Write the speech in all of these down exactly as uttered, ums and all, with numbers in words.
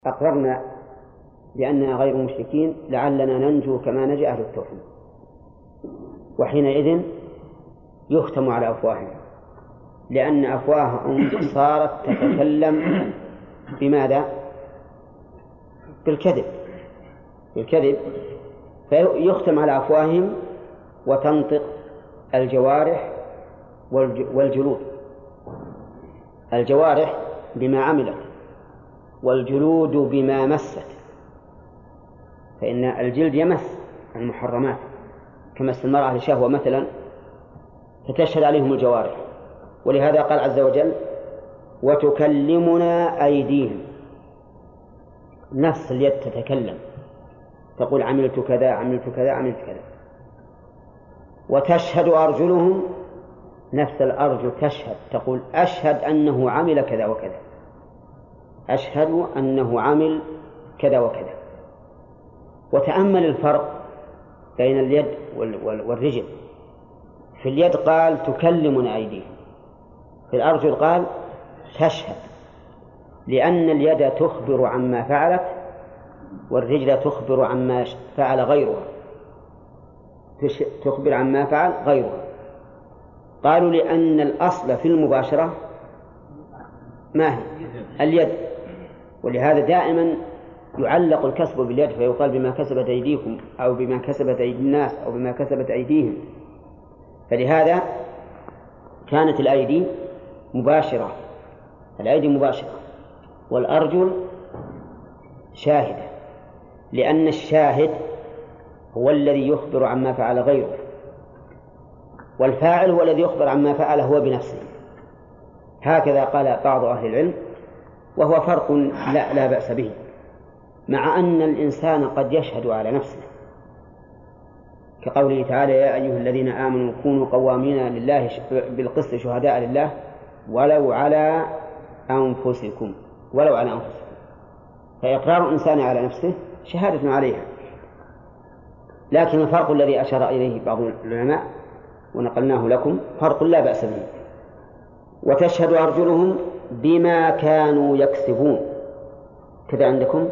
أقررنا بأننا غير مشركين لعلنا ننجو كما نجا أهل التوحيد، وحينئذ يختم على أفواههم، لأن أفواههم صارت تتكلم بماذا؟ بالكذب بالكذب فيختم على أفواههم وتنطق الجوارح والجلود. الجوارح بما عملت والجلود بما مست، فإن الجلد يمس المحرمات كمس المرأة لشهوة مثلا فتشهد عليهم الجوارح، ولهذا قال عز وجل وتكلمنا أيديهم. نفس اليد تتكلم تقول عملت كذا عملت كذا عملت كذا. وتشهد أرجلهم، نفس الأرجل تشهد تقول أشهد أنه عمل كذا وكذا، أشهد أنه عمل كذا وكذا. وتأمل الفرق بين اليد والرجل. في اليد قال تكلمنا أيديهم، في الأرجل قال تشهد، لأن اليد تخبر عما فعلت والرجل تخبر عما فعل غيرها، تخبر عما فعل غيرها. قالوا لأن الأصل في المباشرة ما هي؟ اليد، ولهذا دائما يعلق الكسب باليد فيقال بما كسبت أيديكم أو بما كسبت أيدي الناس أو بما كسبت أيديهم. فلهذا كانت الأيدي مباشرة، الأيدي مباشرة، والأرجل شاهدة، لأن الشاهد هو الذي يخبر عما فعل غيره، والفاعل هو الذي يخبر عما فعل هو بنفسه. هكذا قال بعض أهل العلم، وهو فرق لا, لا بأس به، مع أن الإنسان قد يشهد على نفسه، كقوله تعالى يا أيها الذين آمنوا كونوا قوامين لله بالقسط شهداء لله ولو على أنفسكم ولو على أنفسكم. فإقرار الإنسان على نفسه شهادة عليها. لكن الفرق الذي أشار إليه بعض العلماء ونقلناه لكم فرق لا بأس به. وتشهد أرجلهم بما كانوا يكسبون، كذا عندكم؟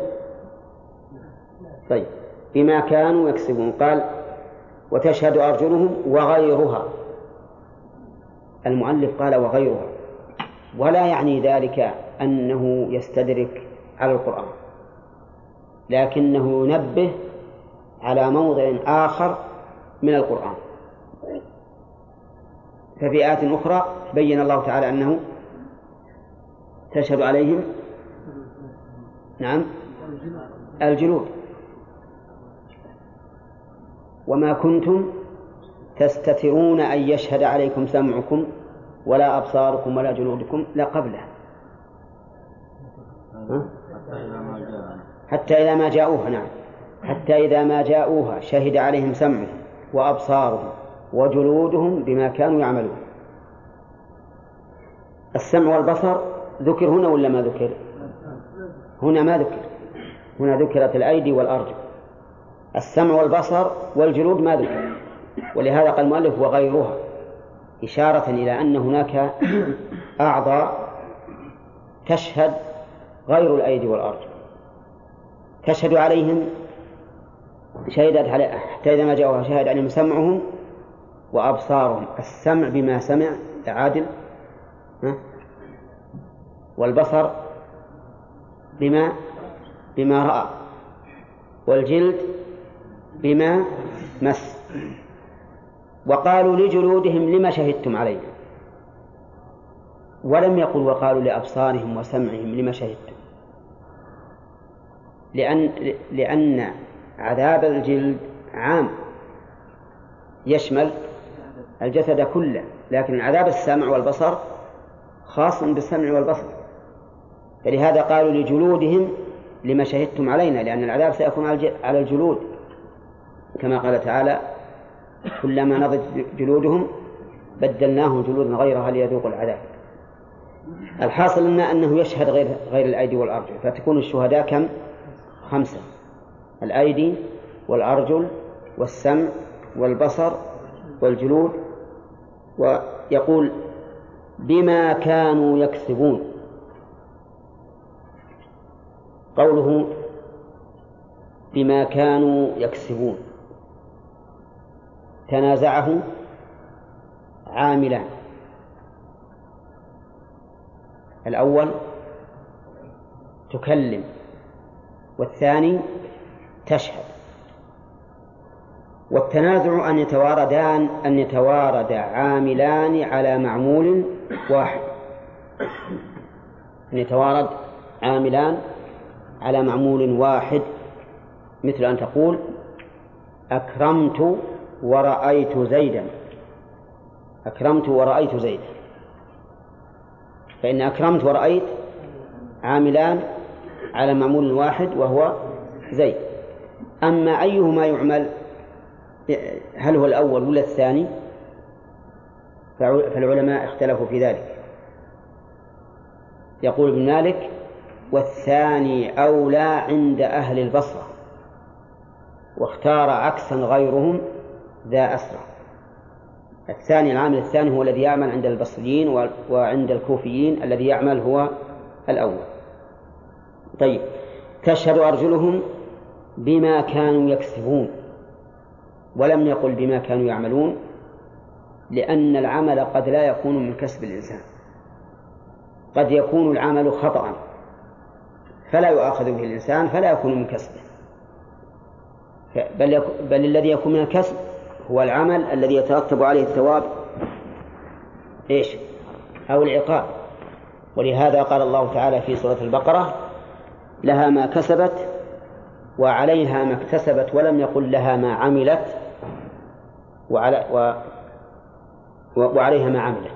طيب، بما كانوا يكسبون. قال وتشهد أرجلهم وغيرها. المؤلف قال وغيرها، ولا يعني ذلك أنه يستدرك على القرآن، لكنه ينبه على موضع آخر من القرآن. ففي آيات أخرى بين الله تعالى أنه تشهد عليهم نعم الجلود وما كنتم تستترون أن يشهد عليكم سمعكم ولا أبصاركم ولا جلودكم لا قبله حتى إذا ما جاءوها. نعم، حتى إذا ما جاءوها شهد عليهم سمعهم وأبصارهم وجلودهم بما كانوا يعملون. السمع والبصر ذكر هنا ولا ما ذكر؟ هنا ما ذكر، هنا ذكرت الأيدي والأرجل. السمع والبصر والجلود ما ذكر، ولهذا قال المؤلف وغيرها، إشارة إلى أن هناك أعضاء تشهد غير الأيدي والأرجل، تشهد عليهم شهدت على حتى إذا ما جاءوها شهد عليهم سمعهم وأبصارهم. السمع بما سمع عادل، والبصر بما بما رأى، والجلد بما مس. وقالوا لجلودهم لما شهدتم علينا، ولم يقل وقالوا لأبصارهم وسمعهم لما شهدتم، لأن لأن عذاب الجلد عام يشمل الجسد كله، لكن عذاب السمع والبصر خاص بالسمع والبصر. فلهذا قالوا لجلودهم لما شهدتم علينا، لأن العذاب سيكون على الجلود، كما قال تعالى كلما نضجت جلودهم بدلناهم جلودا غيرها ليذوقوا العذاب. الحاصل لنا أنه يشهد غير, غير الأيدي والأرجل، فتكون الشهداء كم؟ خمسة: الأيدي والأرجل والسمع والبصر والجلود. ويقول بما كانوا يكسبون. قوله بما كانوا يكسبون، تنازعه عاملان: الأول تكلم، والثاني تشهد. والتنازع أن يتواردان أن يتوارد عاملان على معمول واحد، أن يتوارد عاملان على معمول واحد، مثل أن تقول أكرمت ورأيت زيدا، أكرمت ورأيت زيدا، فإن أكرمت ورأيت عاملان على معمول واحد وهو زيد. أما أيهما يعمل، هل هو الأول ولا الثاني؟ فالعلماء اختلفوا في ذلك. يقول ابن مالك: والثاني أولى عند أهل البصرة، واختار عكسا غيرهم ذا أسرع. الثاني، العامل الثاني هو الذي يعمل عند البصريين، وعند الكوفيين الذي يعمل هو الأول. طيب، تشهد أرجلهم بما كانوا يكسبون، ولم يقل بما كانوا يعملون، لأن العمل قد لا يكون من كسب الإنسان، قد يكون العمل خطأ فلا يؤاخذ به الإنسان فلا يكون من كسبه، بل, بل الذي يكون من الكسب هو العمل الذي يترتب عليه الثواب إيش؟ أو العقاب. ولهذا قال الله تعالى في سورة البقرة: لها ما كسبت وعليها ما اكتسبت، ولم يقل لها ما عملت وعلى و وعليها ما عملت.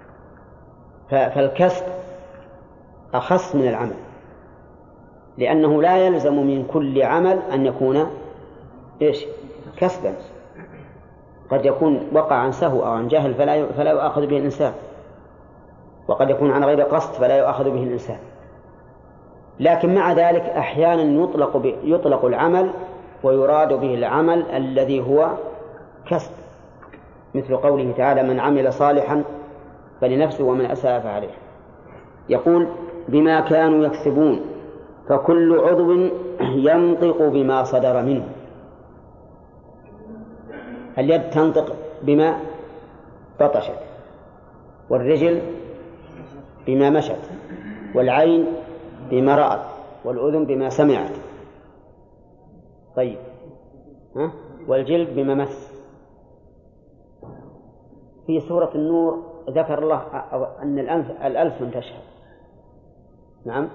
فالكسب أخص من العمل، لأنه لا يلزم من كل عمل أن يكون إيش؟ كسبا. قد يكون وقع عن سهو أو عن جهل فلا فلا يؤاخذ به الإنسان، وقد يكون عن غير قصد فلا يؤاخذ به الإنسان. لكن مع ذلك أحيانا يطلق يطلق العمل ويراد به العمل الذي هو كسب، مثل قوله تعالى: من عمل صالحا فلنفسه ومن أساء فعليه. يقول: بما كانوا يكسبون، فكل عضو ينطق بما صدر منه. اليد تنطق بما بطشت، والرجل بما مشت، والعين بما رأت، والأذن بما سمعت. طيب، ها؟ والجلد بما مس. في سورة النور ذكر الله أن الألسن تشهد. نعم،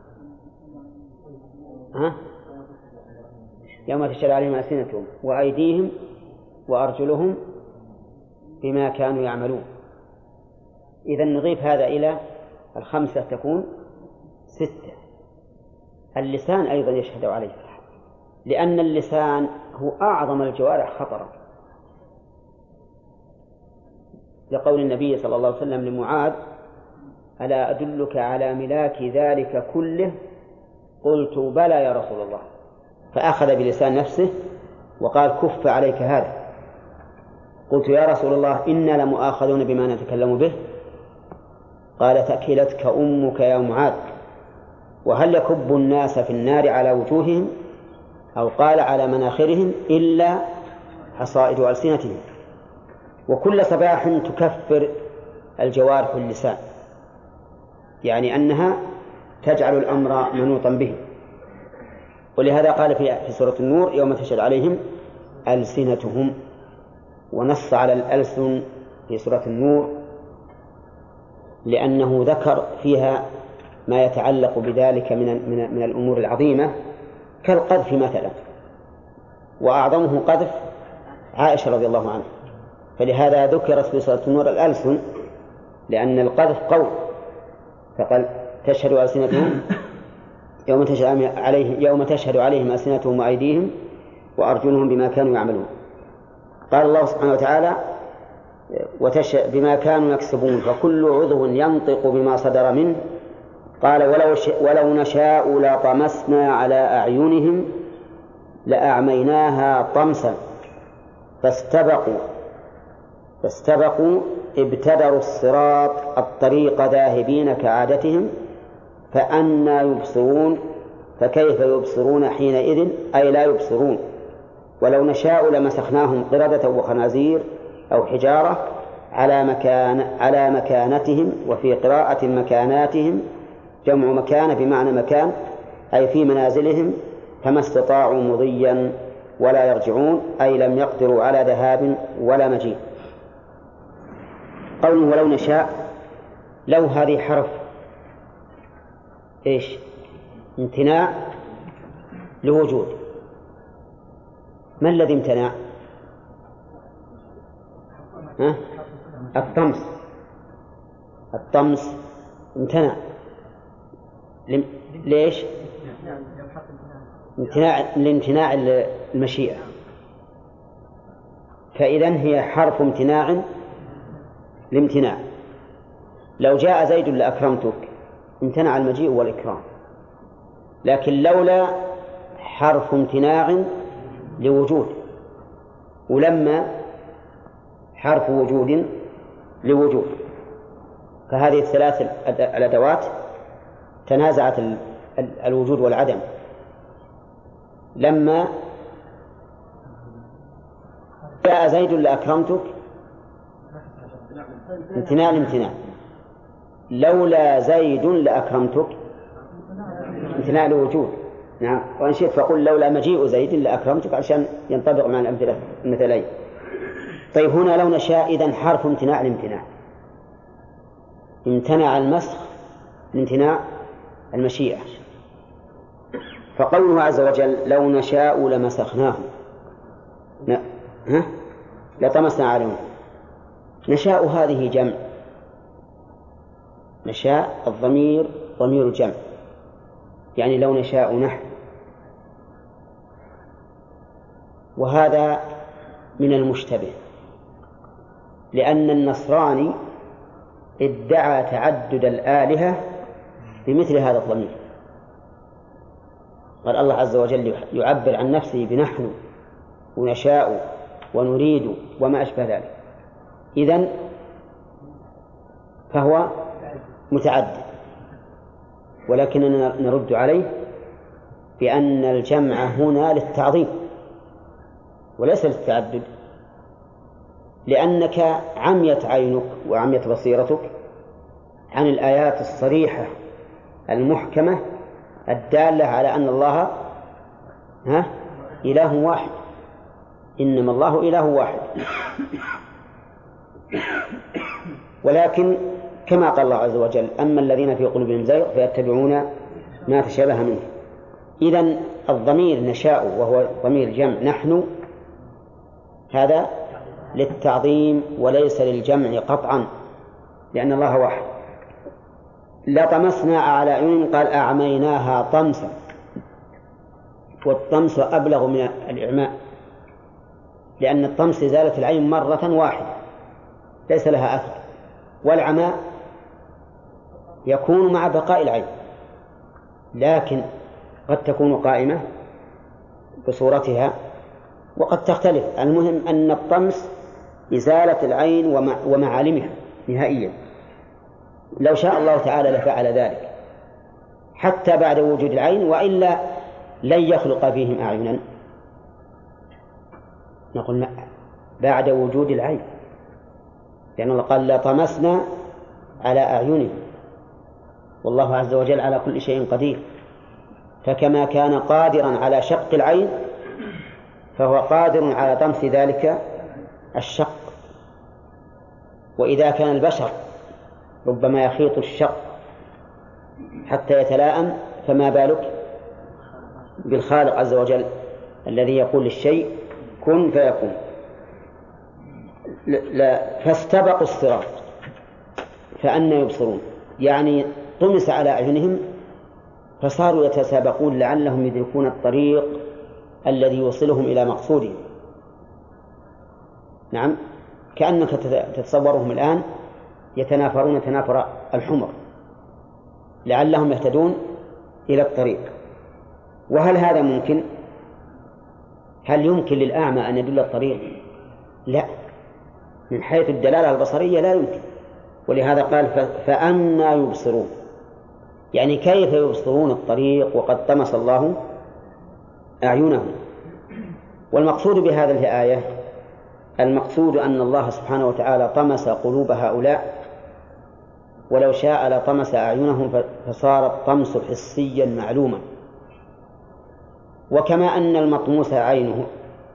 ها؟ يوم تشهد عليهم ألسنتهم وأيديهم وأرجلهم بما كانوا يعملون. إذن نضيف هذا إلى الخمسة تكون ستة. اللسان أيضا يشهد عليه، لأن اللسان هو أعظم الجوارح خطرا، لقول النبي صلى الله عليه وسلم لمعاذ: ألا أدلك على ملاك ذلك كله؟ قلت: بلى يا رسول الله. فأخذ بلسان نفسه وقال: كف عليك هذا. قلت: يا رسول الله، إنا لمؤاخذون بما نتكلم به. قال: تأكلتك أمك يا معاذ. وهل يكب الناس في النار على وجوههم، أو قال على مناخرهم، إلا حصائد ألسنتهم. وكل صباح تكفر الجوارح اللسان، يعني أنها تجعل الأمر منوطا به. ولهذا قال في سورة النور: يوم تشهد عليهم ألسنتهم. ونص على الألسن في سورة النور لأنه ذكر فيها ما يتعلق بذلك من من من الأمور العظيمة كالقذف مثلا، وأعظمه قذف عائشة رضي الله عنها، فلهذا ذكرت في سورة النور الألسن، لأن القذف قول. فقال: تشهد ألسنتهم يوم تشهد عليهم يوم تشهد عليهم ألسنتهم وأيديهم وأرجلهم بما كانوا يعملون. قال الله سبحانه وتعالى: بما كانوا يكسبون، فكل عضو ينطق بما صدر منه. قال: ولو, ولو نشاء لطمسنا على أعينهم لأعميناها طمسا فاستبقوا فاستبقوا ابتدروا الصراط الطريق ذاهبين كعادتهم فأنى يبصرون فكيف يبصرون حينئذ أي لا يبصرون. ولو نشاء لمسخناهم قردة وخنازير أو حجارة على مكان على مكانتهم، وفي قراءة مكاناتهم جمع مكان بمعنى مكان أي في منازلهم، فما استطاعوا مضيا ولا يرجعون أي لم يقدروا على ذهاب ولا مجيء. قوله ولو نشاء، لو هذه حرف إيش؟ امتناع لوجود. ما الذي امتنع؟ ها؟ الطمس. الطمس امتنع. ليش؟ امتناع لامتناع المشيئة، فإذن هي حرف امتناع لامتناع. لو جاء زيد لأكرمتك امتنع المجيء والإكرام، لكن لولا حرف امتناع لوجود، ولما حرف وجود لوجود. فهذه الثلاث الأدوات تنازعت الوجود والعدم. لما جاء زيد لأكرمتك امتناع الامتناع، لولا زيد لأكرمتك امتناع الوجود. نعم، وإن شئت فقل لولا مجيء زيد لأكرمتك عشان ينطبق مع الأمثلة المثلين. طيب هنا لو نشاء إذن حرف امتناع الامتناع، امتنع المسخ لامتناع المشيئة. فقوله عز وجل لو نشاء لمسخناهم، لا ها لطمسنا عليهم. نشاء هذه جمع، نشاء الضمير ضمير الجمع، يعني لو نشاء نحن. وهذا من المشتبه، لأن النصراني ادعى تعدد الآلهة بمثل هذا الضمير. قال الله عز وجل يعبر عن نفسه بنحن ونشاء ونريد وما أشبه ذلك، إذن فهو متعدد. ولكننا نرد عليه بأن الجمع هنا للتعظيم وليس للتعدد، لأنك عميت عينك وعميت بصيرتك عن الآيات الصريحة المحكمة الدالة على أن الله ها إله واحد، إنما الله إله واحد. ولكن كما قال الله عز وجل أما الذين في قلوبهم زيغ فيتبعون ما تشابه منه. إذن الضمير نشاء وهو ضمير جمع نحن هذا للتعظيم وليس للجمع قطعا، لأن الله واحد. لطمسنا على أعينهم، قال أعميناها طمسا، والطمس أبلغ من الإعماء، لأن الطمس إزالة العين مرة واحدة ليس لها أثر، والعماء يكون مع بقاء العين، لكن قد تكون قائمة بصورتها وقد تختلف. المهم أن الطمس إزالة العين ومعالمها نهائيا. لو شاء الله تعالى لفعل ذلك حتى بعد وجود العين، وإلا لن يخلق فيهم أعينا. نقول بعد وجود العين، لأن الله قال لطمسنا على أعينهم، والله عز وجل على كل شيء قدير. فكما كان قادرا على شق العين فهو قادر على طمس ذلك الشق. وإذا كان البشر ربما يخيط الشق حتى يتلاءم، فما بالك بالخالق عز وجل الذي يقول للشيء كن فيكون. لا فاستبقوا الصراط فأنى يبصرون، يعني طمس على أعينهم فصاروا يتسابقون لعلهم يدركون الطريق الذي يوصلهم إلى مقصودهم. نعم، كأنك تتصورهم الآن يتنافرون تنافر الحمر لعلهم يهتدون إلى الطريق. وهل هذا ممكن؟ هل يمكن للأعمى أن يدل الطريق؟ لا، من حيث الدلالة البصرية لا يمكن. ولهذا قال فأنى يبصرون، يعني كيف يبصرون الطريق وقد طمس الله أعينهم. والمقصود بهذه الآية المقصود أن الله سبحانه وتعالى طمس قلوب هؤلاء، ولو شاء لطمس أعينهم فصار الطمس حسيا معلوما. وكما أن المطموس عينه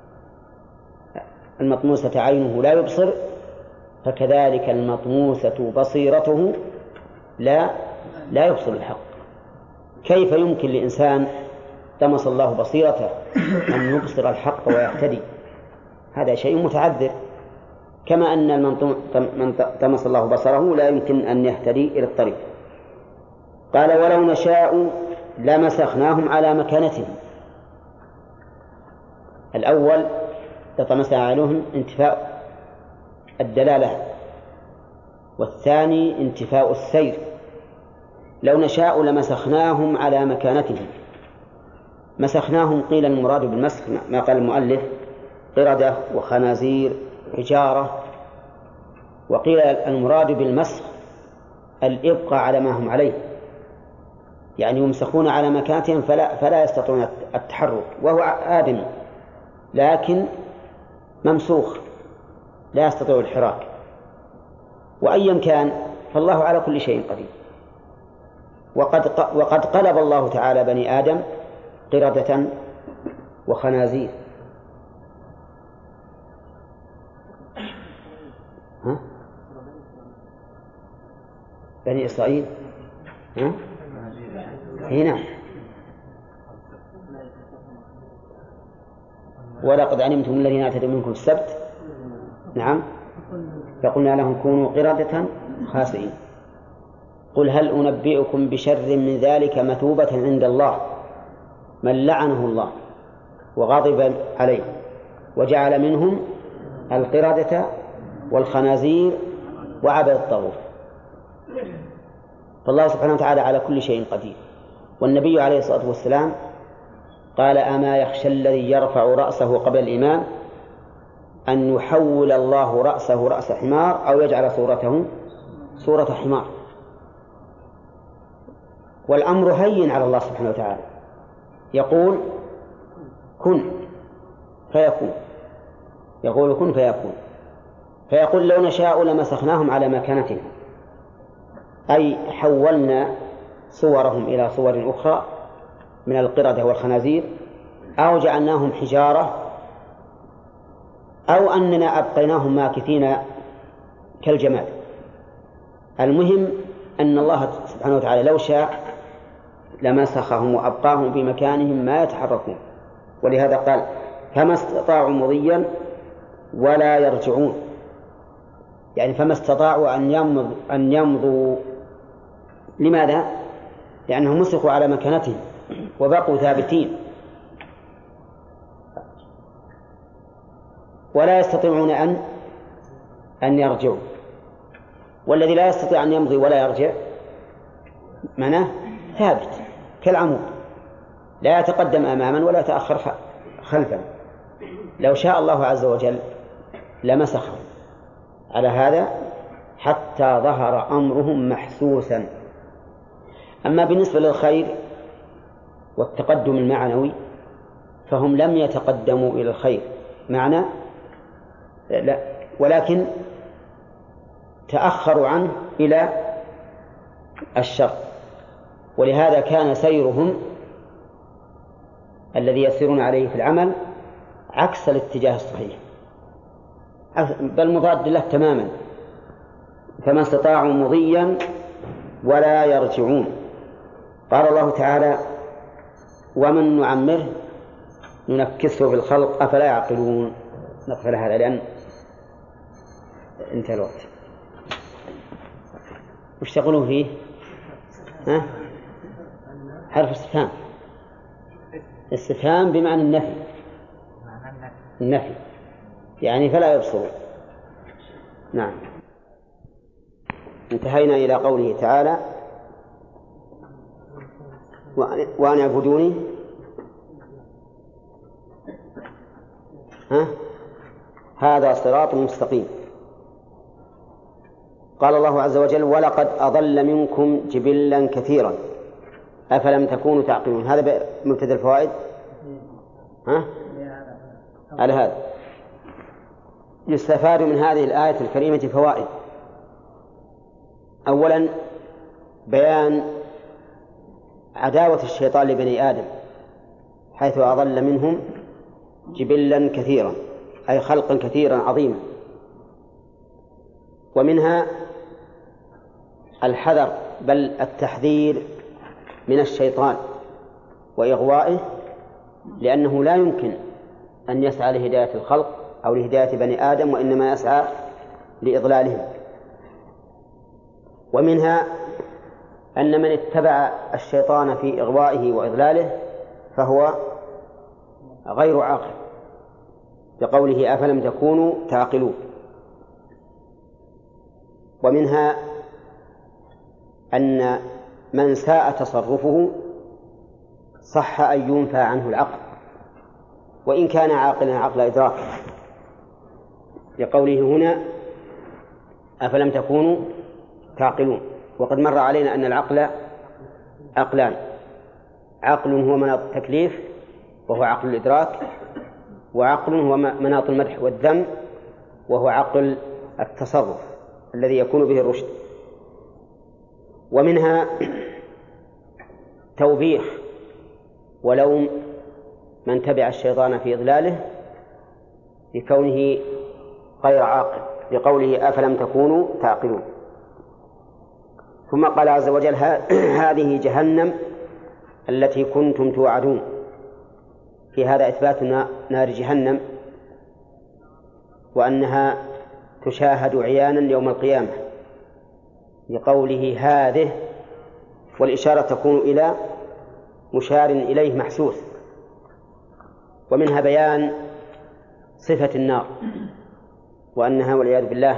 المطموسة عينه لا يبصر، فكذلك المطموسة بصيرته لا لا يبصر الحق. كيف يمكن لإنسان طمس الله بصيرته أن يبصر الحق ويهتدي؟ هذا شيء متعذر. كما أن من طمس الله بصره لا يمكن أن يهتدي إلى الطريق. قال ولو نشاء لمسخناهم على مكانتهم. الأول لطمس أعينهم انتفاء الدلالة، والثاني انتفاء السير. لو نشاء لمسخناهم على مكانتهم. مسخناهم قيل المراد بالمسخ ما قال المؤلف قردة وخنازير حجارة، وقيل المراد بالمسخ الإبقاء على ما هم عليه، يعني يمسخون على مكانتهم فلا, فلا يستطيعون التحرك، وهو آدم لكن ممسوخ لا يستطيع الحراك. وأيا كان فالله على كل شيء قدير. وقد, وقد قلب الله تعالى بني آدم قردة وخنازير. ها؟ بني إسرائيل ها؟ هنا ولقد علمتم الذين اعتدوا منكم السبت نعم فقلنا لهم كونوا قردة خاسئين. قل هل أنبئكم بشر من ذلك مثوبة عند الله من لعنه الله وغضب عليه وجعل منهم القردة والخنازير وعبد الطاغوت. فالله سبحانه وتعالى على كل شيء قدير. والنبي عليه الصلاة والسلام قال أما يخشى الذي يرفع رأسه قبل الإمام أن يحول الله رأسه رأس حمار أو يجعل صورته صورة حمار. والأمر هين على الله سبحانه وتعالى، يقول كن فيكون، يقول كن فيكون. فيقول لو نشاء لمسخناهم على مكانتهم، أي حولنا صورهم إلى صور أخرى من القردة والخنازير، أو جعلناهم حجارة، أو أننا أبقيناهم ماكثين كالجماد. المهم أن الله سبحانه وتعالى لو شاء لمسخهم وأبقاهم في مكانهم ما يتحركون. ولهذا قال فما استطاعوا مضيا ولا يرجعون، يعني فما استطاعوا أن يمضوا, أن يمضوا. لماذا؟ لأنهم مسخوا على مكانتهم وبقوا ثابتين ولا يستطيعون أن أن يرجعوا. والذي لا يستطيع أن يمضي ولا يرجع معناه ثابت كالعمود لا يتقدم أماما ولا يتأخر خلفا. لو شاء الله عز وجل لمسخهم على هذا حتى ظهر أمرهم محسوسا. أما بالنسبة للخير والتقدم المعنوي فهم لم يتقدموا إلى الخير معنى لا، ولكن تأخروا عنه إلى الشر. ولهذا كان سيرهم الذي يسيرون عليه في العمل عكس الاتجاه الصحيح، بل مضاد له تماما. فما استطاعوا مضيا ولا يرجعون. قال الله تعالى ومن نعمره ننكسه في الخلق أفلا يعقلون. نقفل هذا لأن انتهى الوقت. وش تقولون فيه؟ ها؟ حرف استفهام. استفهام بمعنى النفي، النفي يعني فلا يبصرون. نعم. انتهينا إلى قوله تعالى وأن اعبدوني ها؟ هذا صراط مستقيم. قال الله عز وجل ولقد أضل منكم جبلا كثيرا أفلم تكونوا تعقلون، هذا مبتدأ الفوائد. ها؟ على هذا يستفاد من هذه الآية الكريمة فوائد. أولا بيان عداوة الشيطان لبني آدم حيث أضل منهم جبلا كثيرا، أي خلقا كثيرا عظيما. ومنها الحذر بل التحذير من الشيطان وإغوائه، لأنه لا يمكن أن يسعى لهداية الخلق أو لهداية بني آدم، وإنما يسعى لإضلالهم. ومنها أن من اتبع الشيطان في إغوائه وإضلاله فهو غير عاقل، بقوله أفلم تكونوا تعقلون. ومنها أن من ساء تصرفه صح أن ينفى عنه العقل وإن كان عاقلا عقل إدراك، لقوله هنا أفلم تكونوا تعقلون. وقد مر علينا أن العقل عقلان: عقل هو مناط التكليف وهو عقل الإدراك، وعقل هو مناط المدح والذم وهو عقل التصرف الذي يكون به الرشد. ومنها توبيخ ولوم من تبع الشيطان في إضلاله بكونه غير عاقل، بقوله أفلم تكونوا تعقلون. ثم قال عز وجل هذه جهنم التي كنتم توعدون. في هذا إثبات نار جهنم وأنها تشاهد عيانا يوم القيامة بقوله هذه، والإشارة تكون إلى مشار إليه محسوس. ومنها بيان صفة النار وأنها والعياذ بالله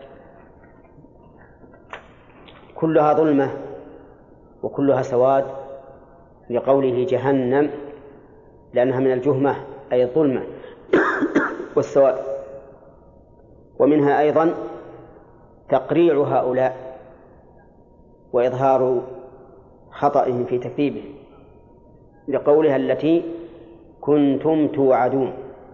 كلها ظلمة وكلها سواد، لقوله جهنم لأنها من الجهمة أي الظلمة والسواد. ومنها أيضا تقريع هؤلاء وإظهار خطئهم في تكذيبه، لقولها التي كنتم توعدون.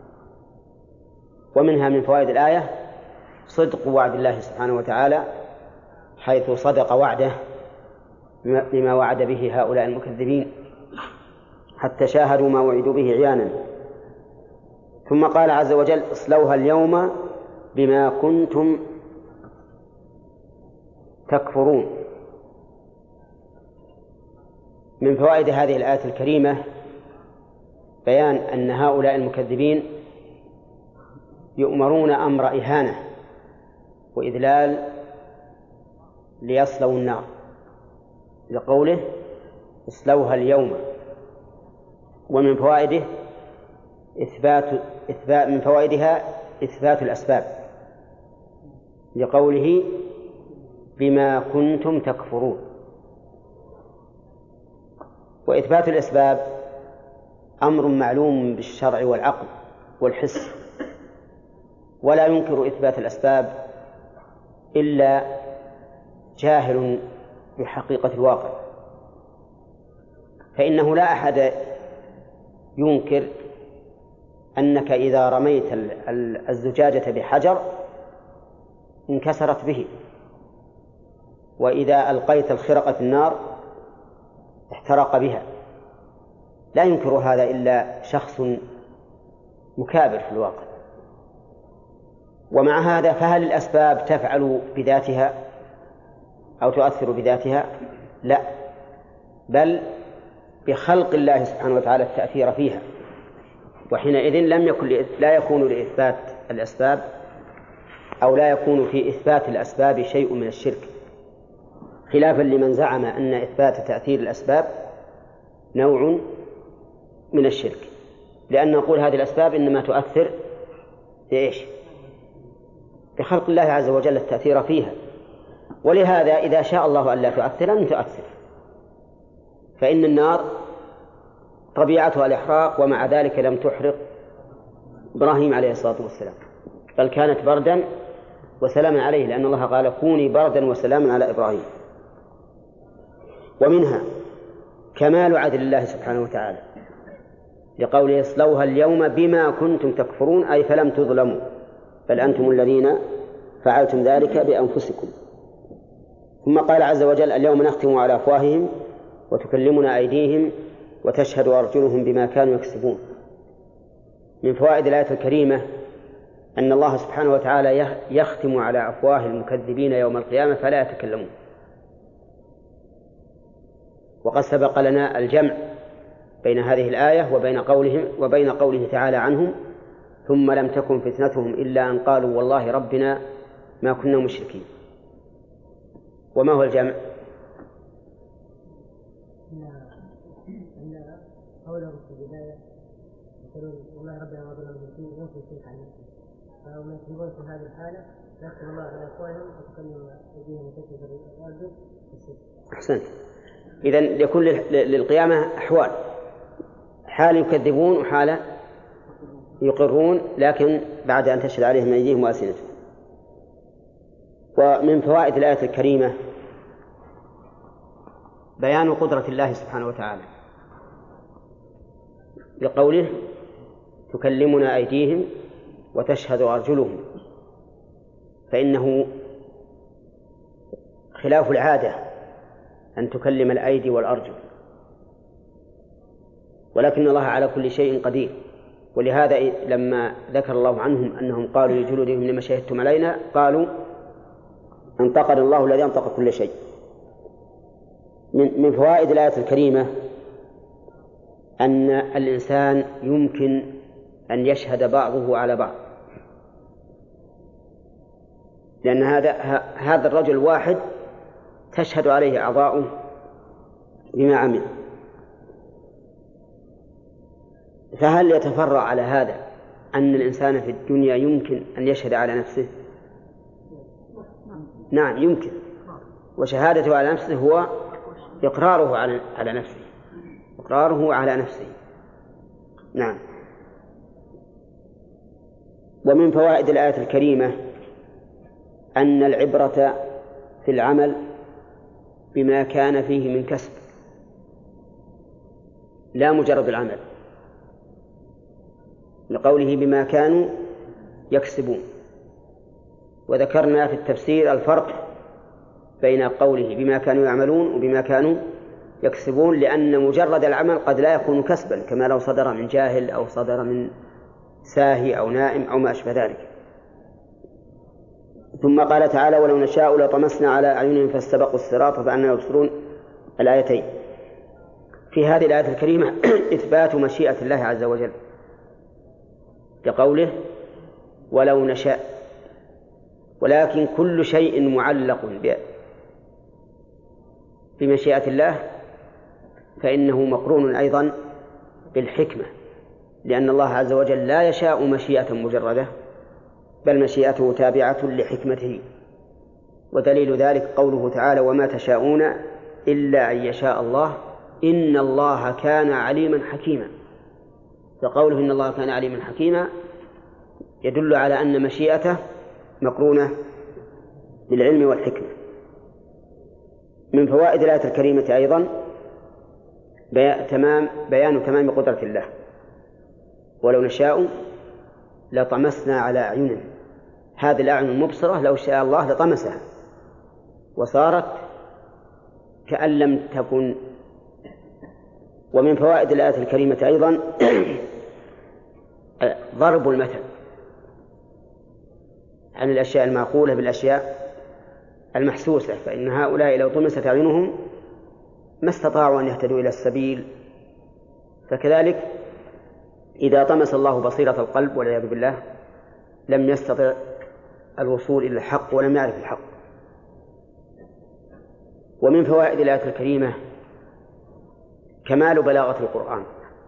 ومنها من فوائد الآية صدق وعد الله سبحانه وتعالى حيث صدق وعده بما وعد به هؤلاء المكذبين حتى شاهدوا ما وعدوا به عيانا. ثم قال عز وجل اصلوها اليوم بما كنتم تكفرون. من فوائد هذه الآية الكريمة بيان أن هؤلاء المكذبين يؤمرون أمر إهانة وإذلال ليصلوا النار، لقوله اصلوها اليوم. ومن فوائده إثبات إثبات من فوائدها إثبات الأسباب، لقوله بما كنتم تكفرون. وإثبات الأسباب أمر معلوم بالشرع والعقل والحس، ولا ينكر إثبات الأسباب إلا جاهل بحقيقة الواقع، فإنه لا أحد ينكر أنك إذا رميت الزجاجة بحجر انكسرت به، وإذا ألقيت الخرقة في النار احترق بها. لا ينكر هذا إلا شخص مكابر في الواقع. ومع هذا فهل الأسباب تفعل بذاتها أو تؤثر بذاتها؟ لا، بل بخلق الله سبحانه وتعالى التأثير فيها، وحينئذ لم يكن لا يكون لإثبات الأسباب أو لا يكون في إثبات الأسباب شيء من الشرك، خلافا لمن زعم أن إثبات تأثير الأسباب نوع من الشرك، لأن نقول هذه الأسباب إنما تؤثر بإيش؟ بخلق الله عز وجل التأثير فيها. ولهذا إذا شاء الله أن لا تؤثر لن تؤثر، فإن النار طبيعتها الإحراق، ومع ذلك لم تحرق إبراهيم عليه الصلاة والسلام، بل كانت بردا وسلاما عليه، لأن الله قال كوني بردا وسلاما على إبراهيم. ومنها كمال عدل الله سبحانه وتعالى، لقوله اصلوها اليوم بما كنتم تكفرون، أي فلم تظلموا، بل أنتم الذين فعلتم ذلك بأنفسكم. ثم قال عز وجل اليوم نختم على أفواههم وتكلمنا أيديهم وتشهد أرجلهم بما كانوا يكسبون. من فوائد الآية الكريمة أن الله سبحانه وتعالى يختم على أفواه المكذبين يوم القيامة فلا يتكلمون. وقد سبق لنا الجمع بين هذه الآية وبين قولهم وبين قوله تعالى عنهم ثم لم تكن فتنتهم إلا أن قالوا والله ربنا ما كنا مشركين. وما هو الجمع؟ أن قولهم في البداية يقولون والله ربنا ما ظلمنا فيه وفي الشرك عن نفسه، فهم يكتبون في هذه الحالة يكتب الله على أفواههم وتكلم أيديهم وتشهد أرجلهم بالشرك. أحسنت. إذن يكون للقيامة أحوال، حال يكذبون وحال يقرون، لكن بعد أن تشهد عليهم أيديهم وألسنتهم. ومن فوائد الآية الكريمة بيان قدرة الله سبحانه وتعالى بقوله تكلمنا أيديهم وتشهد أرجلهم، فإنه خلاف العادة أن تكلم الأيدي والأرجل، ولكن الله على كل شيء قدير. ولهذا لما ذكر الله عنهم أنهم قالوا لجلودهم لما شهدتم علينا قالوا أنطقنا الله الذي أنطق كل شيء. من فوائد الآية الكريمة أن الإنسان يمكن أن يشهد بعضه على بعض، لأن هذا هذا الرجل الواحد تشهد عليه أعضاؤه بما عمل، فهل يتفرع على هذا أن الإنسان في الدنيا يمكن أن يشهد على نفسه؟ نعم يمكن، وشهادته على نفسه هو إقراره على نفسه، إقراره على نفسه. نعم. ومن فوائد الآية الكريمة أن العبرة في العمل بما كان فيه من كسب لا مجرد العمل، لقوله بما كانوا يكسبون. وذكرنا في التفسير الفرق بين قوله بما كانوا يعملون وبما كانوا يكسبون، لأن مجرد العمل قد لا يكون كسبا، كما لو صدر من جاهل أو صدر من ساهي أو نائم أو ما أشبه ذلك. ثم قال تعالى ولو نشاء لطمسنا على أعينهم فاستبقوا الصراط فأنهم يبصرون، الآيتين. في هذه الآية الكريمة إثبات مشيئة الله عز وجل كقوله ولو نشاء، ولكن كل شيء معلق بمشيئة الله فإنه مقرون أيضا بالحكمة، لأن الله عز وجل لا يشاء مشيئة مجردة، بل مشيئته تابعة لحكمته. ودليل ذلك قوله تعالى وما تشاءون إلا أن يشاء الله إن الله كان عليما حكيما. فقوله إن الله كان عليما حكيما يدل على أن مشيئته مقرونة بالعلم والحكمة. من فوائد الآية الكريمة أيضا بيان تمام, بيان تمام قدرة الله. ولو نشاء لطمسنا على أعينهم، هذه الأعين المبصرة لو شاء الله لطمسها وصارت كأن لم تكن. ومن فوائد الآية الكريمة أيضا ضرب المثل عن الأشياء المعقولة بالأشياء المحسوسة، فإن هؤلاء لو طمست أعينهم ما استطاعوا أن يهتدوا إلى السبيل، فكذلك إذا طمس الله بصيرة القلب والعياذ بالله لم يستطع الوصول إلى الحق ولم يعرف الحق. ومن فوائد الآية الكريمة كمال بلاغة القرآن،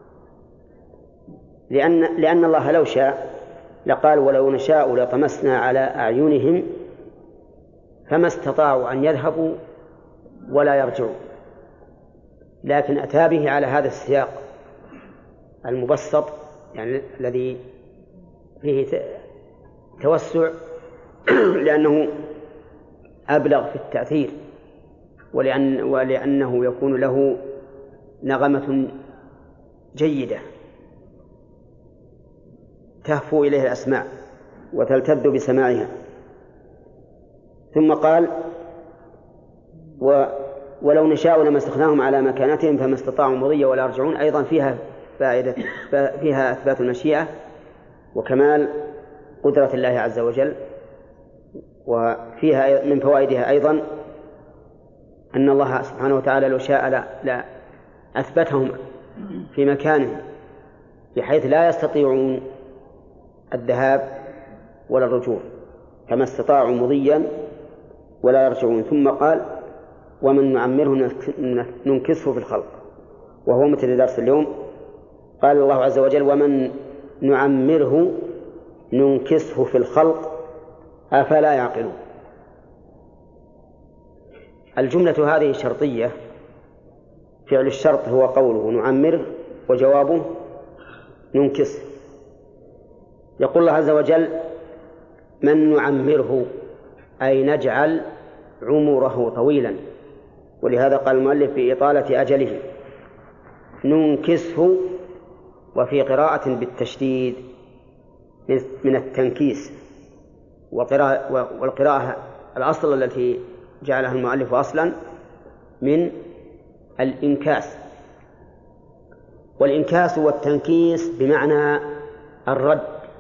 لأن, لأن الله لو شاء لقال ولو نشاء لطمسنا على أعينهم فما استطاعوا أن يذهبوا ولا يرجعوا، لكن أتى به على هذا السياق المبسط، يعني الذي فيه توسع لأنه أبلغ في التأثير، ولأن ولأنه يكون له نغمة جيدة تهفو إليه الأسماع وتلتذ بسماعها. ثم قال و ولو نشاء لما استخدمهم على مكانتهم فما استطاعوا مضيا ولا يرجعون، أيضا فيها فائدة، فيها إثبات المشيئة وكمال قدرة الله عز وجل. وفيها من فوائدها أيضا أن الله سبحانه وتعالى لو شاء لا, لا أثبتهم في مكانهم بحيث لا يستطيعون الذهاب ولا الرجوع، كما استطاعوا مضيا ولا يرجعون. ثم قال ومن نعمره ننكسه في الخلق، وهو مثل درس اليوم. قال الله عز وجل ومن نعمره ننكسه في الخلق أفلا يعقلون. الجملة هذه شرطية، فعل الشرط هو قوله نعمره وجوابه ننكسه. يقول الله عز وجل من نعمره أي نجعل عمره طويلا، ولهذا قال المؤلف بإطالة أجله. ننكسه وفي قراءة بالتشديد من التنكيس، والقراءة الأصل التي جعلها المؤلف أصلا من الإنكاس، والإنكاس والتنكيس بمعنى الرد،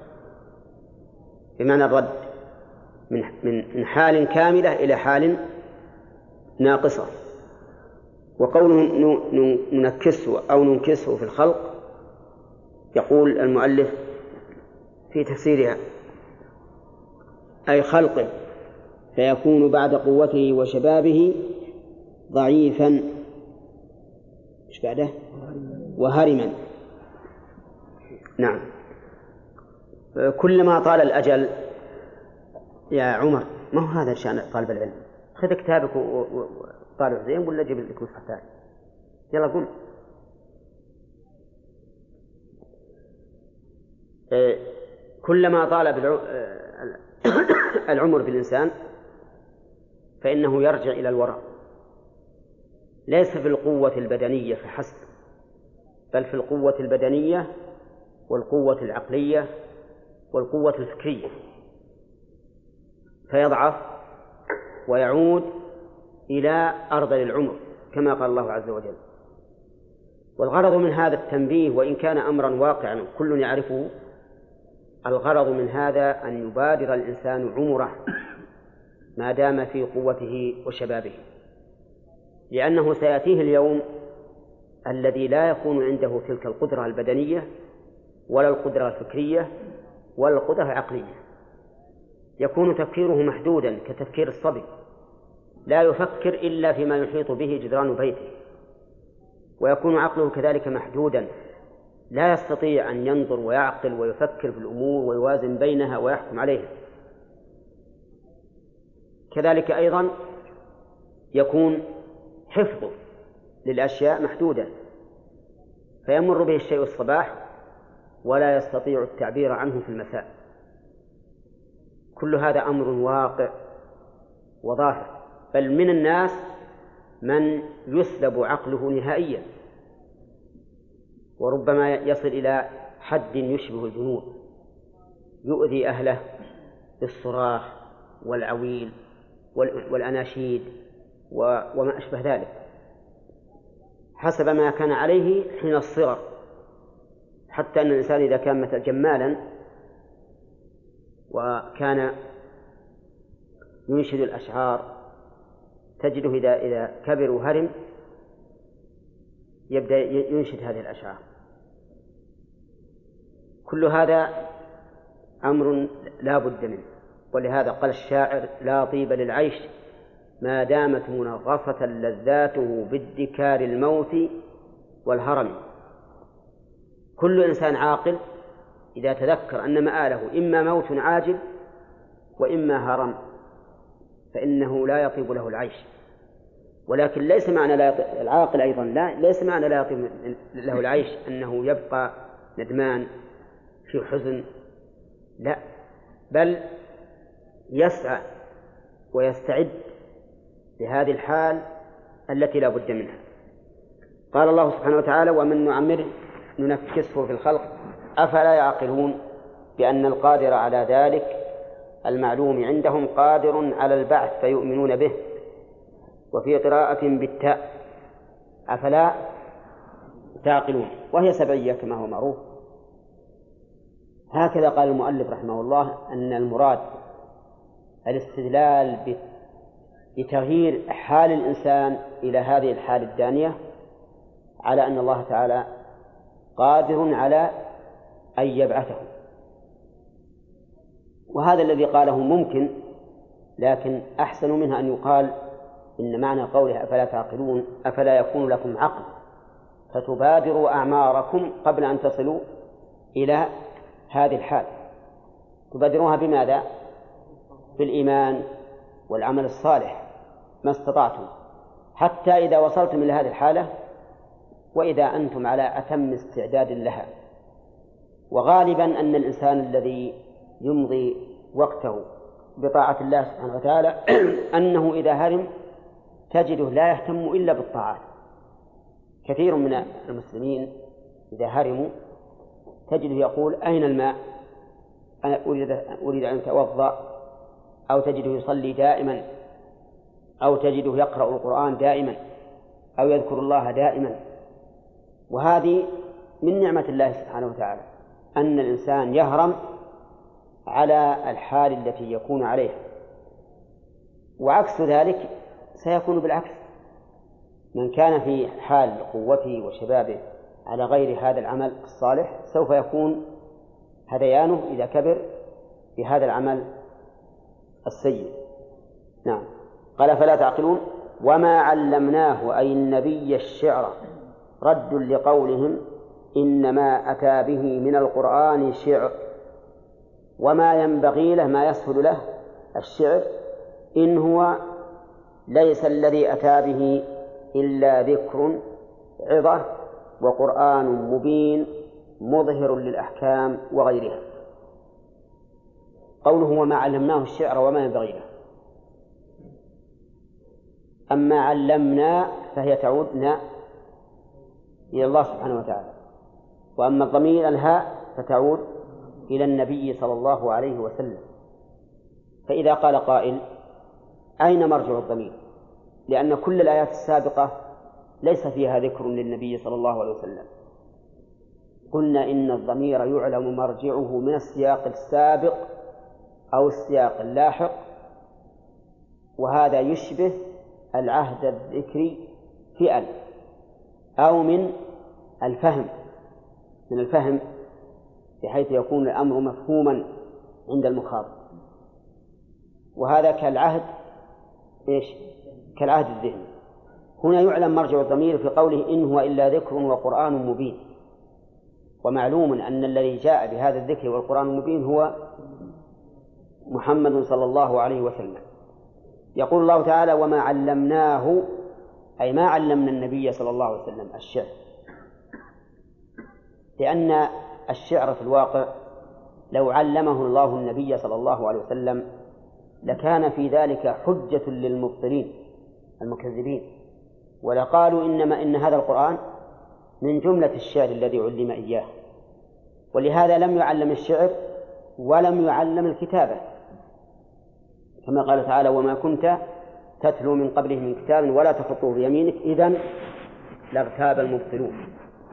بمعنى الرد من من حال كاملة إلى حال ناقصة. وقوله ننكسه أو ننكسه في الخلق، يقول المؤلف في تفسيرها أي خلقه، فيكون بعد قوته وشبابه ضعيفا إيش بعده وهرما. نعم. كلما طال الأجل يا عمر، ما هو هذا شأن طالب العلم، خذ كتابك وطالع زين ولا جيب لك مصحف ثاني، يلا قل. كلما طال العمر بالإنسان فإنه يرجع إلى الوراء، ليس في القوة البدنية فحسب، بل في القوة البدنية والقوة العقلية والقوة الفكرية، فيضعف ويعود إلى أرذل العمر كما قال الله عز وجل. والغرض من هذا التنبيه وإن كان أمرا واقعا كل يعرفه، الغرض من هذا أن يبادر الإنسان عمره ما دام في قوته وشبابه، لأنه سيأتيه اليوم الذي لا يكون عنده تلك القدرة البدنية ولا القدرة الفكرية ولا القدرة العقلية، يكون تفكيره محدودا كتفكير الصبي، لا يفكر إلا فيما يحيط به جدران بيته، ويكون عقله كذلك محدودا، لا يستطيع أن ينظر ويعقل ويفكر في الأمور ويوازن بينها ويحكم عليها. كذلك أيضا يكون حفظه للأشياء محدودا، فيمر به الشيء الصباح ولا يستطيع التعبير عنه في المساء. كل هذا أمر واقع وظاهر، بل من الناس من يسلب عقله نهائيا، وربما يصل إلى حد يشبه الجنون، يؤذي أهله بالصراخ والعويل والأناشيد وما أشبه ذلك حسب ما كان عليه حين الصغر، حتى أن الإنسان إذا كان مثل جمالا وكان ينشد الأشعار تجده إذا إذا كبر وهرم يبدأ ينشد هذه الأشعار. كل هذا أمر لا بد منه، ولهذا قال الشاعر لا طيب للعيش ما دامت منغصة لذاته بادكار الموت والهرم. كل إنسان عاقل إذا تذكر أن مآله إما موت عاجل وإما هرم فإنه لا يطيب له العيش. ولكن ليس معنى لا يطيب العاقل أيضا لا ليس معنى لا يطيب له العيش أنه يبقى ندمان في حزن، لا، بل يسعى ويستعد لهذه الحال التي لا بد منها. قال الله سبحانه وتعالى ومن نعمره ننكسه في الخلق أفلا يعقلون، بأن القادر على ذلك المعلوم عندهم قادر على البعث فيؤمنون به. وفي قراءة بالتاء أفلا تعقلون، وهي سبعية كما هو معروف. هكذا قال المؤلف رحمه الله أن المراد الاستدلال بتغيير حال الإنسان إلى هذه الحال الدانية على أن الله تعالى قادر على أن يبعثه. وهذا الذي قاله ممكن، لكن أحسن منها أن يقال إن معنى قوله أفلا تعقلون أفلا يكون لكم عقل فتبادروا أعماركم قبل أن تصلوا إلى هذه الحال. تبادروها بماذا؟ بالإيمان والعمل الصالح ما استطعتم، حتى إذا وصلتم إلى هذه الحالة وإذا أنتم على أتم استعداد لها. وغالبا أن الإنسان الذي يمضي وقته بطاعة الله سبحانه وتعالى أنه إذا هرم تجده لا يهتم إلا بالطاعات. كثير من المسلمين إذا هرموا تجده يقول أين الماء؟ أريد, أريد أن أتوضأ، أو تجده يصلي دائما، أو تجده يقرأ القرآن دائما، أو يذكر الله دائما. وهذه من نعمة الله سبحانه وتعالى أن الإنسان يهرم على الحال التي يكون عليها. وعكس ذلك سيكون بالعكس، من كان في حال قوته وشبابه على غير هذا العمل الصالح سوف يكون هذيانه إذا كبر بهذا العمل السيء. نعم. قال فلا تعقلون وما علمناه أي النبي الشعر رد لقولهم إنما أتى به من القرآن شعر، وما ينبغي له ما يسهل له الشعر إن هو ليس الذي أتى به إلا ذكر عظة وقرآن مبين مظهر للأحكام وغيرها. قوله وما علمناه الشعر وما ينبغي له، أما علمنا فهي تعودنا إلى الله سبحانه وتعالى، وأما الضمير الهاء فتعود إلى النبي صلى الله عليه وسلم. فإذا قال قائل أين مرجع الضمير؟ لأن كل الآيات السابقة ليس فيها ذكر للنبي صلى الله عليه وسلم. قلنا إن الضمير يعلم مرجعه من السياق السابق أو السياق اللاحق، وهذا يشبه العهد الذكري في أل، أو من الفهم من الفهم بحيث يكون الأمر مفهوما عند المخاطب. وهذا كالعهد إيش؟ كالعهد الذهني. هنا يعلم مرجع الضمير في قوله إن هو إلا ذكر وقرآن مبين، ومعلوم أن الذي جاء بهذا الذكر والقرآن المبين هو محمد صلى الله عليه وسلم. يقول الله تعالى وما علمناه أي ما علمنا النبي صلى الله عليه وسلم الشعر، لأن الشعر في الواقع لو علمه الله النبي صلى الله عليه وسلم لكان في ذلك حجة للمبطلين المكذبين، ولقالوا إنما إن هذا القرآن من جملة الشعر الذي علم إياه. ولهذا لم يعلم الشعر ولم يعلم الكتابة، كما قال تعالى وما كنت تتلو من قبله من كتاب ولا تخطه بيمينك إذن لاغتاب المبطلون.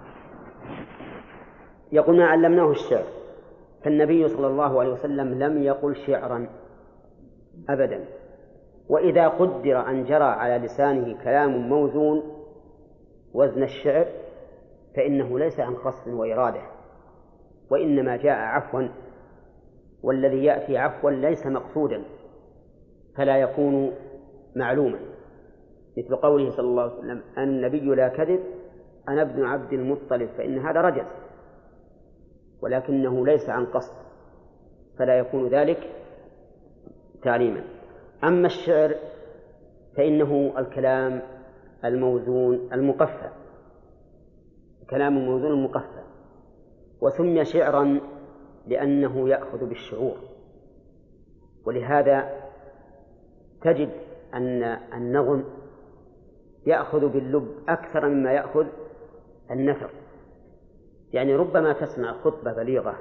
يقول ما علمناه الشعر، فالنبي صلى الله عليه وسلم لم يقل شعرا أبدا. وإذا قدر أن جرى على لسانه كلام موزون وزن الشعر فإنه ليس عن قصد وإرادة، وإنما جاء عفوا، والذي يأتي عفوا ليس مقصودا فلا يكون معلوما، مثل قوله صلى الله عليه وسلم النبي لا كذب أنا ابن عبد المطلب، فإن هذا رجس ولكنه ليس عن قصد فلا يكون ذلك تعليما. أما الشعر فإنه الكلام الموزون المقفى، كلام الموزون المقفى، وسمي شعرا لأنه يأخذ بالشعور. ولهذا تجد أن النغم يأخذ باللب أكثر مما يأخذ النثر. يعني ربما تسمع خطبة بليغة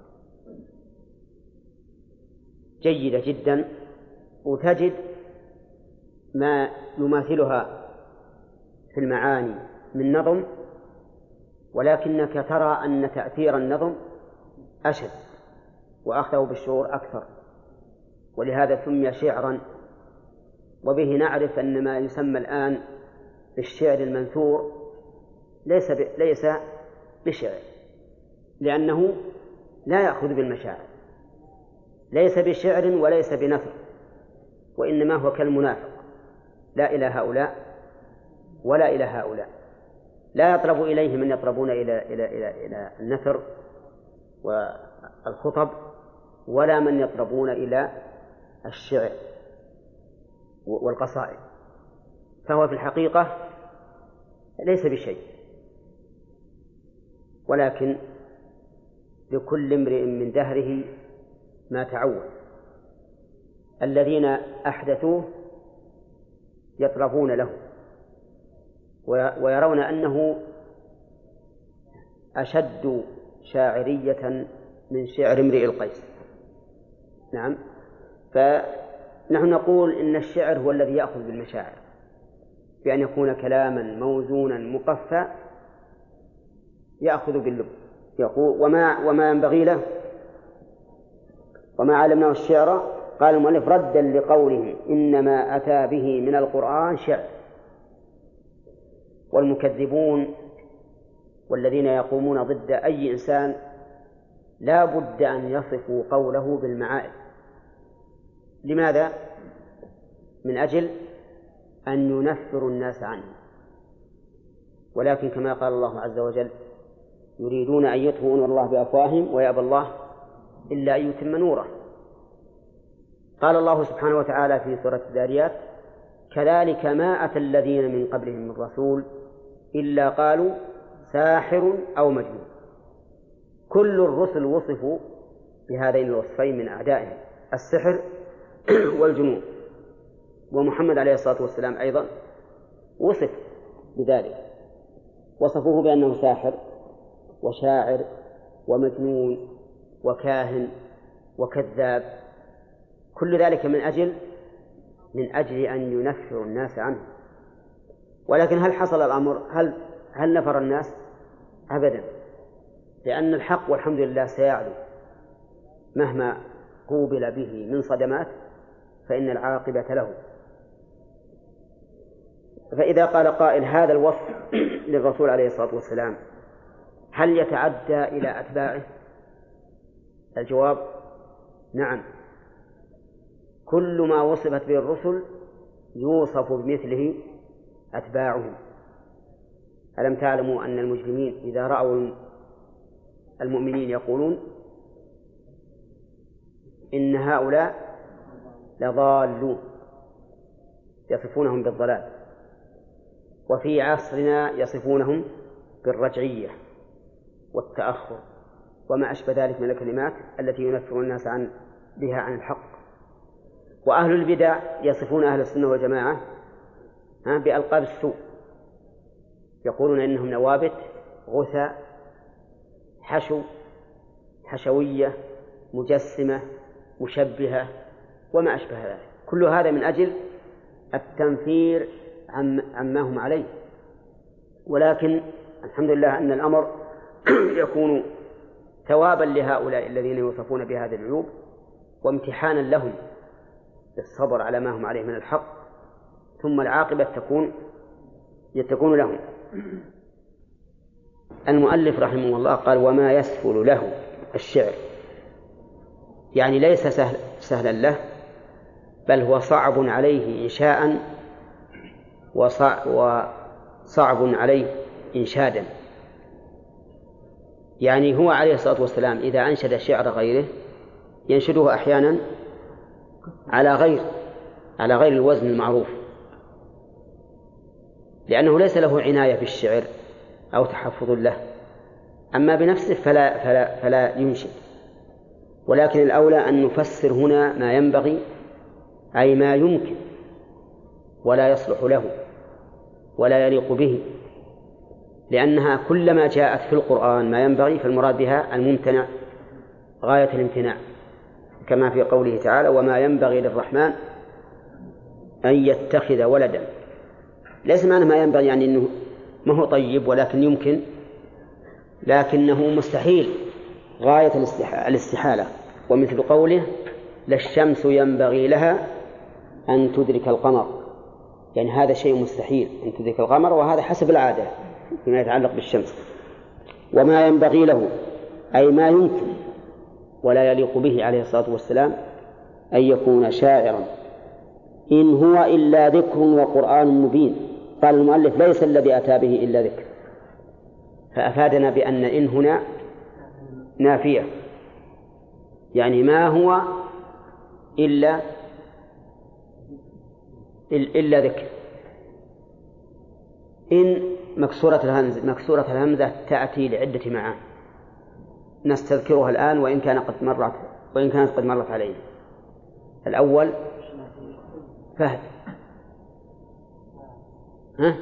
جيدة جدا وتجد ما يماثلها في المعاني من نظم، ولكنك ترى أن تأثير النظم أشد وأخذه بالشعور أكثر، ولهذا سمي شعرا. وبه نعرف أن ما يسمى الآن بالشعر المنثور ليس ب... ليس بشعر، لأنه لا يأخذ بالمشاعر، ليس بشعر وليس بنثر، وإنما هو كالمنافق، لا إلى هؤلاء ولا إلى هؤلاء، لا يطلب إليه من يطلبون إلى إلى إلى إلى النثر والخطب، ولا من يطلبون إلى الشعر والقصائد، فهو في الحقيقة ليس بشيء، ولكن لكل امرئ من دهره ما تعود. الذين أحدثوه يطربون له ويرون أنه أشد شاعرية من شعر امرئ القيس. نعم، فنحن نقول إن الشعر هو الذي يأخذ بالمشاعر، بأن يكون كلاما موزونا مقفى يأخذ باللب. يقول وما, وما ينبغي له وما علمناه الشعر، قال المؤلف ردا لقوله إنما أتى به من القرآن شعر. والمكذبون والذين يقومون ضد أي إنسان لا بد أن يصفوا قوله بالمعائب. لماذا؟ من أجل أن ينفروا الناس عنه، ولكن كما قال الله عز وجل يريدون أن يطفئوا نور الله بأفواههم ويأبى الله إلا أن يتم نوره. قال الله سبحانه وتعالى في سورة الذاريات كذلك ما أتى الذين من قبلهم من رسول إلا قالوا ساحر أو مجنون. كل الرسل وصفوا بهذين الوصفين من أعدائهم، السحر والجنون. ومحمد عليه الصلاة والسلام أيضا وصف بذلك، وصفوه بأنه ساحر وشاعر ومجنون وكاهن وكذاب، كل ذلك من أجل من أجل أن ينفر الناس عنه. ولكن هل حصل الأمر؟ هل هل نفر الناس؟ أبدا، لأن الحق والحمد لله سيعلو مهما قوبل به من صدمات، فإن العاقبة له. فإذا قال قائل هذا الوصف للرسول عليه الصلاة والسلام هل يتعدى إلى أتباعه؟ الجواب نعم، كل ما وصفت به الرسل يوصف بمثله أتباعهم. ألم تعلموا أن المجرمين إذا رأوا المؤمنين يقولون إن هؤلاء لضالون، يصفونهم بالضلال. وفي عصرنا يصفونهم بالرجعية والتأخر وما أشبه ذلك من الكلمات التي ينفر الناس عن بها عن الحق. وأهل البدع يصفون أهل السنة والجماعة بألقاب السوء، يقولون إنهم نوابت، غثاء، حشو، حشوية، مجسمة، مشبهة وما أشبه ذلك. كل هذا من أجل التنفير عما هم عليه. ولكن الحمد لله أن الأمر يكون ثوابا لهؤلاء الذين يوصفون بهذه العيوب، وامتحانا لهم بالصبر على ما هم عليه من الحق، ثم العاقبة تكون تكون لهم. المؤلف رحمه الله قال وما يسهل له الشعر، يعني ليس سهل سهلا له، بل هو صعب عليه إنشاء وصعب عليه إنشادا. يعني هو عليه الصلاة والسلام إذا أنشد شعر غيره ينشده أحيانا على غير على غير الوزن المعروف، لأنه ليس له عناية بالشعر أو تحفظ له. أما بنفسه فلا, فلا, فلا ينشد. ولكن الأولى أن نفسر هنا ما ينبغي، أي ما يمكن ولا يصلح له ولا يليق به، لأنها كلما جاءت في القرآن ما ينبغي فالمراد بها الممتنع غاية الامتناع، كما في قوله تعالى: وما ينبغي للرحمن أن يتخذ ولدا. ليس معنى ما ينبغي يعني أنه ما هو طيب، ولكن يمكن، لكنه مستحيل غاية الاستحالة. ومثل قوله: لا الشمس ينبغي لها أن تدرك القمر، يعني هذا شيء مستحيل أن تدرك القمر، وهذا حسب العادة فيما يتعلق بالشمس. وما ينبغي له أي ما يمكن ولا يليق به عليه الصلاة والسلام أن يكون شاعرا، إن هو إلا ذكر وقرآن مبين. قال المؤلف: ليس الذي أتى به إلا ذكر، فأفادنا بأن إن هنا نافية، يعني ما هو إلا إلا ذكر. إن مكسورة الهمزة مكسورة الهمزة تأتي لعدة معاني نستذكرها الآن، وإن كان قد مرت وإن كانت قد مرت علينا. الأول فهد، ها؟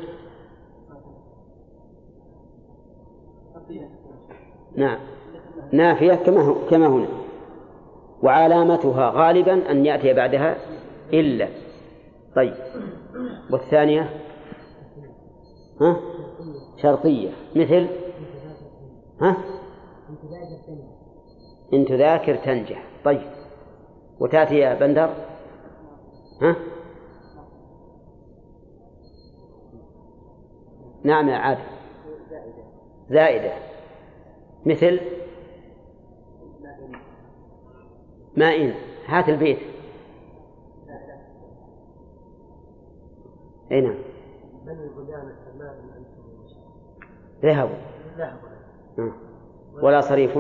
نعم، نافية كما كما هنا، وعلامتها غالبا أن يأتي بعدها إلا. طيب، والثانية ها؟ شرطية، مثل ها؟ إن تذاكر تنجح. طيب، وتأتي يا بندر ها؟ نعم يا عادل، زائدة، مثل ما إن. هات البيت. أي نعم. ذهبوا ولا صريف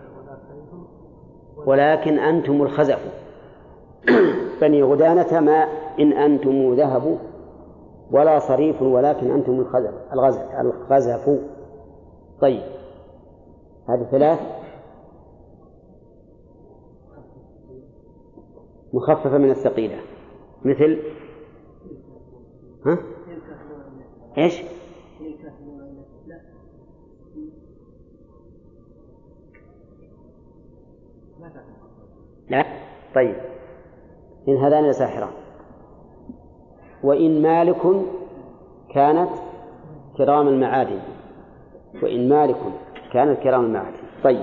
ولكن أنتم الخزف. بني غدانة ما إن أنتم ذهبوا ولا صريف ولكن أنتم الخزف الخزف. طيب، هذه ثلاث مخففة من الثقيلة، مثل ها؟ إيش؟ لا. طيب، إن هذان لساحران. وإن مالك كانت كرام المعادن، وإن مالك كانت كرام المعادن. طيب.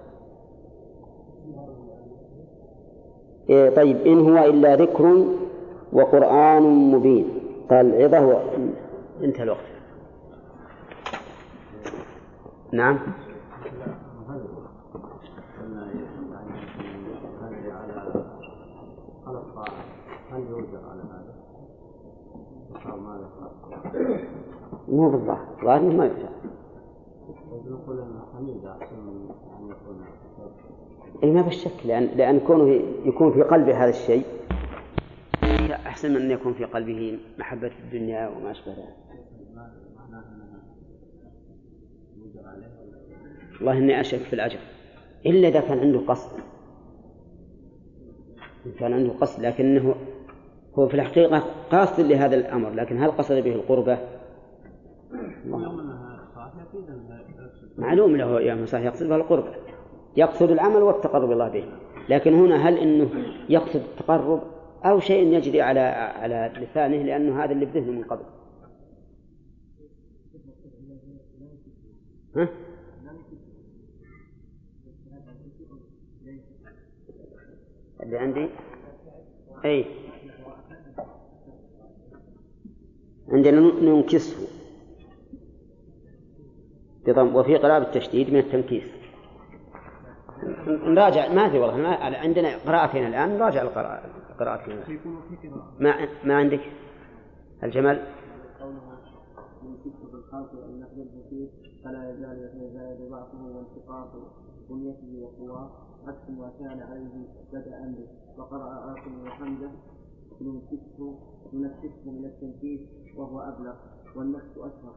إيه طيب، إن هو إلا ذكر وقرآن مبين. قال العظة و... انتهى الوقت. نعم. مو بالظاهر، ظاهر ما يفعل. أي ما بالشك، لأن لأن كونه يكون في قلبه هذا الشيء أحسن من أن يكون في قلبه محبة الدنيا وما أشبه ذلك. والله إني أشك في الأجر إلا إذا كان عنده قصد، إن كان عنده قصد، لكنه هو في الحقيقة قاصد لهذا الأمر، لكن هل قصد به القربة؟ معلوم له يا مساح يقصد به القربة، يقصد العمل والتقرب الله به، لكن هنا هل إنه يقصد التقرب أو شيء يجري على على لسانه لأنه هذا اللي بذهنه من قبل؟ ها؟ اللي عندي أي عندنا ننكسه بضم، وفي قراءة التشديد من التنكيس. نراجع ما في والله، ما عندنا قراءتين الآن، نراجع القراءة قراءتين. ما ما عندك الجمال؟ فلا يزال يتزايد ضعفه وانتقاص بنيته وقواه عكس ما كان عليه بدءا به. وقرأ عاصم وحمزة ننكسه ننكسه من التنكيس وهو أبلغ والنكس أشهر.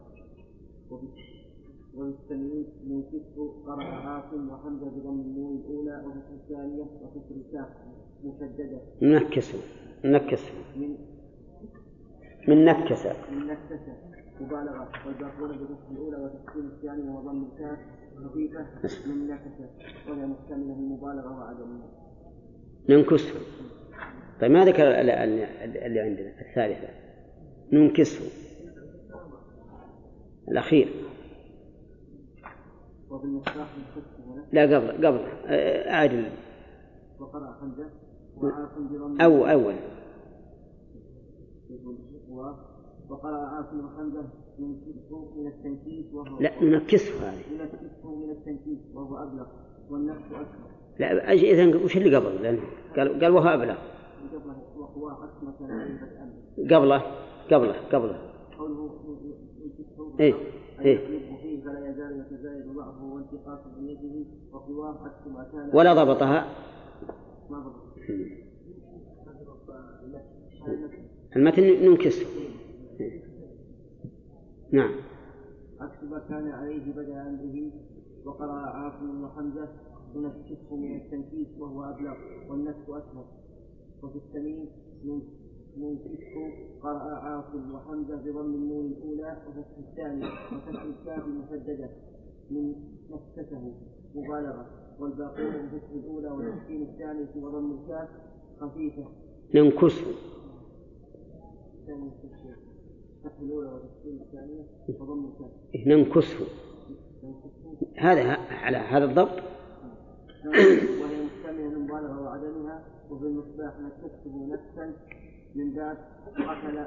والتنوين ننكسه قرأ عاصم وحمزة بضم النون الأولى وفتح الثانية وكسر الكاف مشددة. ننكسه ننكسه من من نكسة من نكسة مبالغة، والباقون بكسر الأولى وتسكين الثانية وضم الكاف خفيفة من نكسة وهي مكتملة المبالغة وعدمها. ننكسه. طيب ما ذكر اللي عندنا الثالثة ننكسه الأخير. لا قبل قبل أعدل. وقرأ حمزة أو أول. وقرأ عاصم وحمزة ينكسه من التنكيس وهو لا ننكسه هذه. ينكسه من التنكيس وهو أبلغ والنفس أكثر. لا أجي إذن وش اللي قبل؟ لأن قال قال وهو أبلغ. قبله قبله قبله. إيه إيه. فلا يزال يتزايد ضعفه وانتقاص بنيته وقواه عكس ما كان. ولا ضبطها. ما ضبط. المتن ننكسه. نعم. عكس ما كان عليه بدأ به. وقرأ عاصم وحمزة ينكسه من التنكيس وهو أبلغ والنفس أسهل. وفي التمييز ينكسه قرأ عاصم وحمزة بضم النون الأولى وفتح الثانية وفتح الكاف المسددة من نفسته مبالغة، والباقون بفتح الأولى وتسكين الثانية وضم الكاف خفيفة. ننكسه. فتح الأولى وتسكين الثانية وضم الكاف. ننكسه. هذا على هذا الضبط. وهي مكتملة المبالغة وعدمها. وفي المصباح نكسه نفسا من باب قتل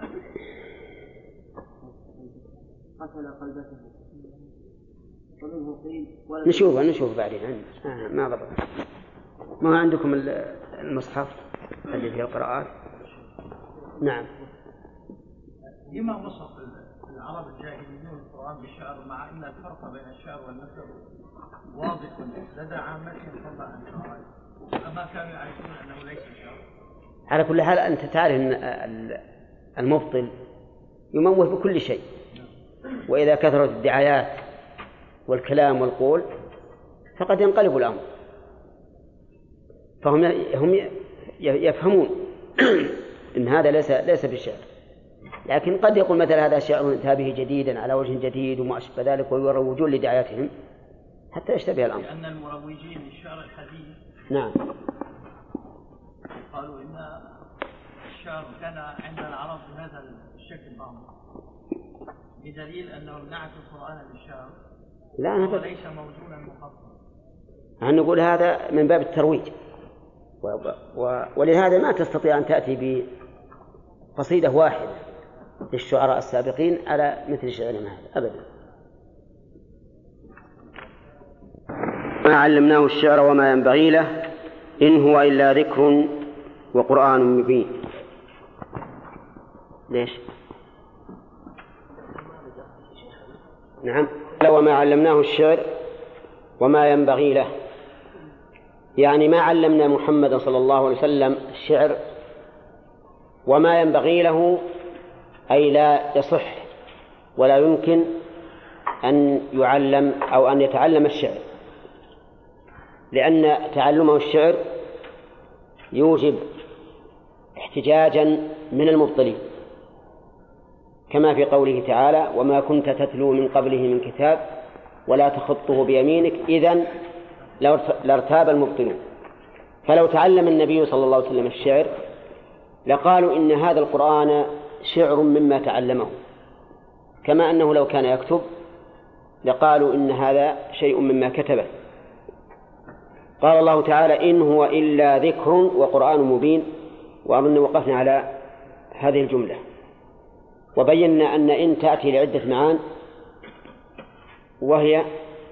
قتل قلبته. ومنه قيل نشوفه نشوف بعدين آه ما ضبط. ما عندكم المصحف اللي فيه القراءات؟ نعم. لما وصف العرب الجاهليين القرآن بالشعر مع أن الفرق بين الشعر والنثر واضح لدى عامتهم فضلا عن الشعراء، أما كانوا يعرفون أنه ليس شعر؟ على كل حال أنت تعرف أن المبطل يموه بكل شيء، وإذا كثرت الدعايات والكلام والقول فقد ينقلب الأمر. فهم هم يفهمون إن هذا ليس ليس بالشعر، لكن قد يقول مثلا هذا شعر أتى به جديدا على وجه جديد وما أشبه ذلك، ويروجون لدعاياتهم حتى يشتبه الأمر. لأن المروجين للشعر الحديث نعم قالوا إن الشعر كان عند العرب بهذا الشكل بعض، بدليل أنهم نعتوا القرآن بالشعر لا وليس موزونا مخصصا. أن نقول هذا من باب الترويج، و... و... ولهذا ما تستطيع أن تأتي بقصيدة واحدة للشعراء السابقين على مثل شعرنا هذا أبدا. ما علمناه الشعر وما ينبغي له إن هو إلا ذكر وقرآن مبين. ليش؟ نعم. وما علمناه الشعر وما ينبغي له، يعني ما علمنا محمد صلى الله عليه وسلم الشعر وما ينبغي له، أي لا يصح ولا يمكن أن يعلم أو أن يتعلم الشعر، لأن تعلمه الشعر يوجب احتجاجا من المبطلين، كما في قوله تعالى وما كنت تتلو من قبله من كتاب ولا تخطه بيمينك إذن لارتاب المبطلون. فلو تعلم النبي صلى الله عليه وسلم الشعر لقالوا إن هذا القرآن شعر مما تعلمه، كما أنه لو كان يكتب لقالوا إن هذا شيء مما كتبه. قال الله تعالى إن هو إلا ذكر وقرآن مبين، وأظن وقفنا على هذه الجملة وبينا أن إن تأتي لعدة معان، وهي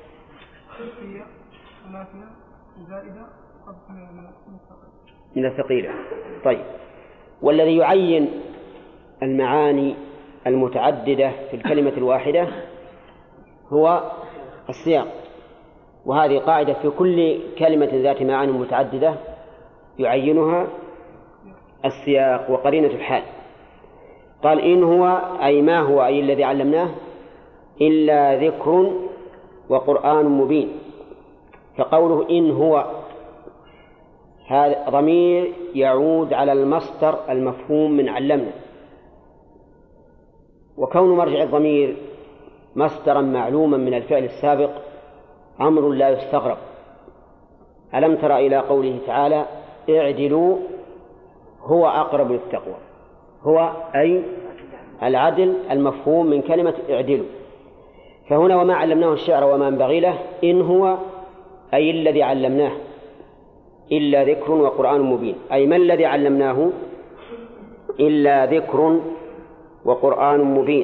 من الثقيلة. طيب، والذي يعين المعاني المتعددة في الكلمة الواحدة هو السياق، وهذه قاعدة في كل كلمة ذات معاني متعددة يعينها السياق وقرينة الحال. قال إن هو أي ما هو أي الذي علمناه إلا ذكر وقرآن مبين. فقوله إن هو هذا ضمير يعود على المصدر المفهوم من علمنا، وكون مرجع الضمير مصدرا معلوما من الفعل السابق أمر لا يستغرب. ألم تر إلى قوله تعالى اعدلوا هو أقرب للتقوى، هو أي العدل المفهوم من كلمة اعدلوا. فهنا وما علمناه الشعر وما ينبغي له إن هو أي الذي علمناه إلا ذكر وقرآن مبين، أي ما الذي علمناه إلا ذكر وقرآن مبين.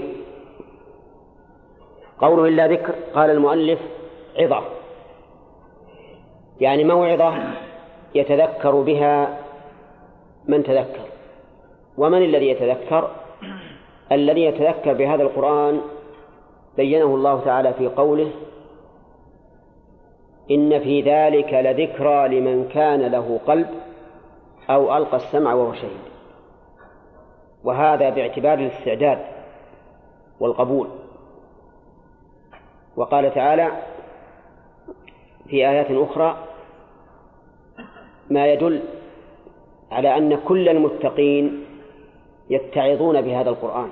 قوله إلا ذكر قال المؤلف عظة، يعني موعظة يتذكر بها من تذكر. ومن الذي يتذكر؟ الذي يتذكر بهذا القرآن بينه الله تعالى في قوله إن في ذلك لذكرى لمن كان له قلب أو ألقى السمع وهو شهيد. وهذا باعتبار الاستعداد والقبول. وقال تعالى في آيات أخرى ما يدل على أن كل المتقين يتعظون بهذا القرآن،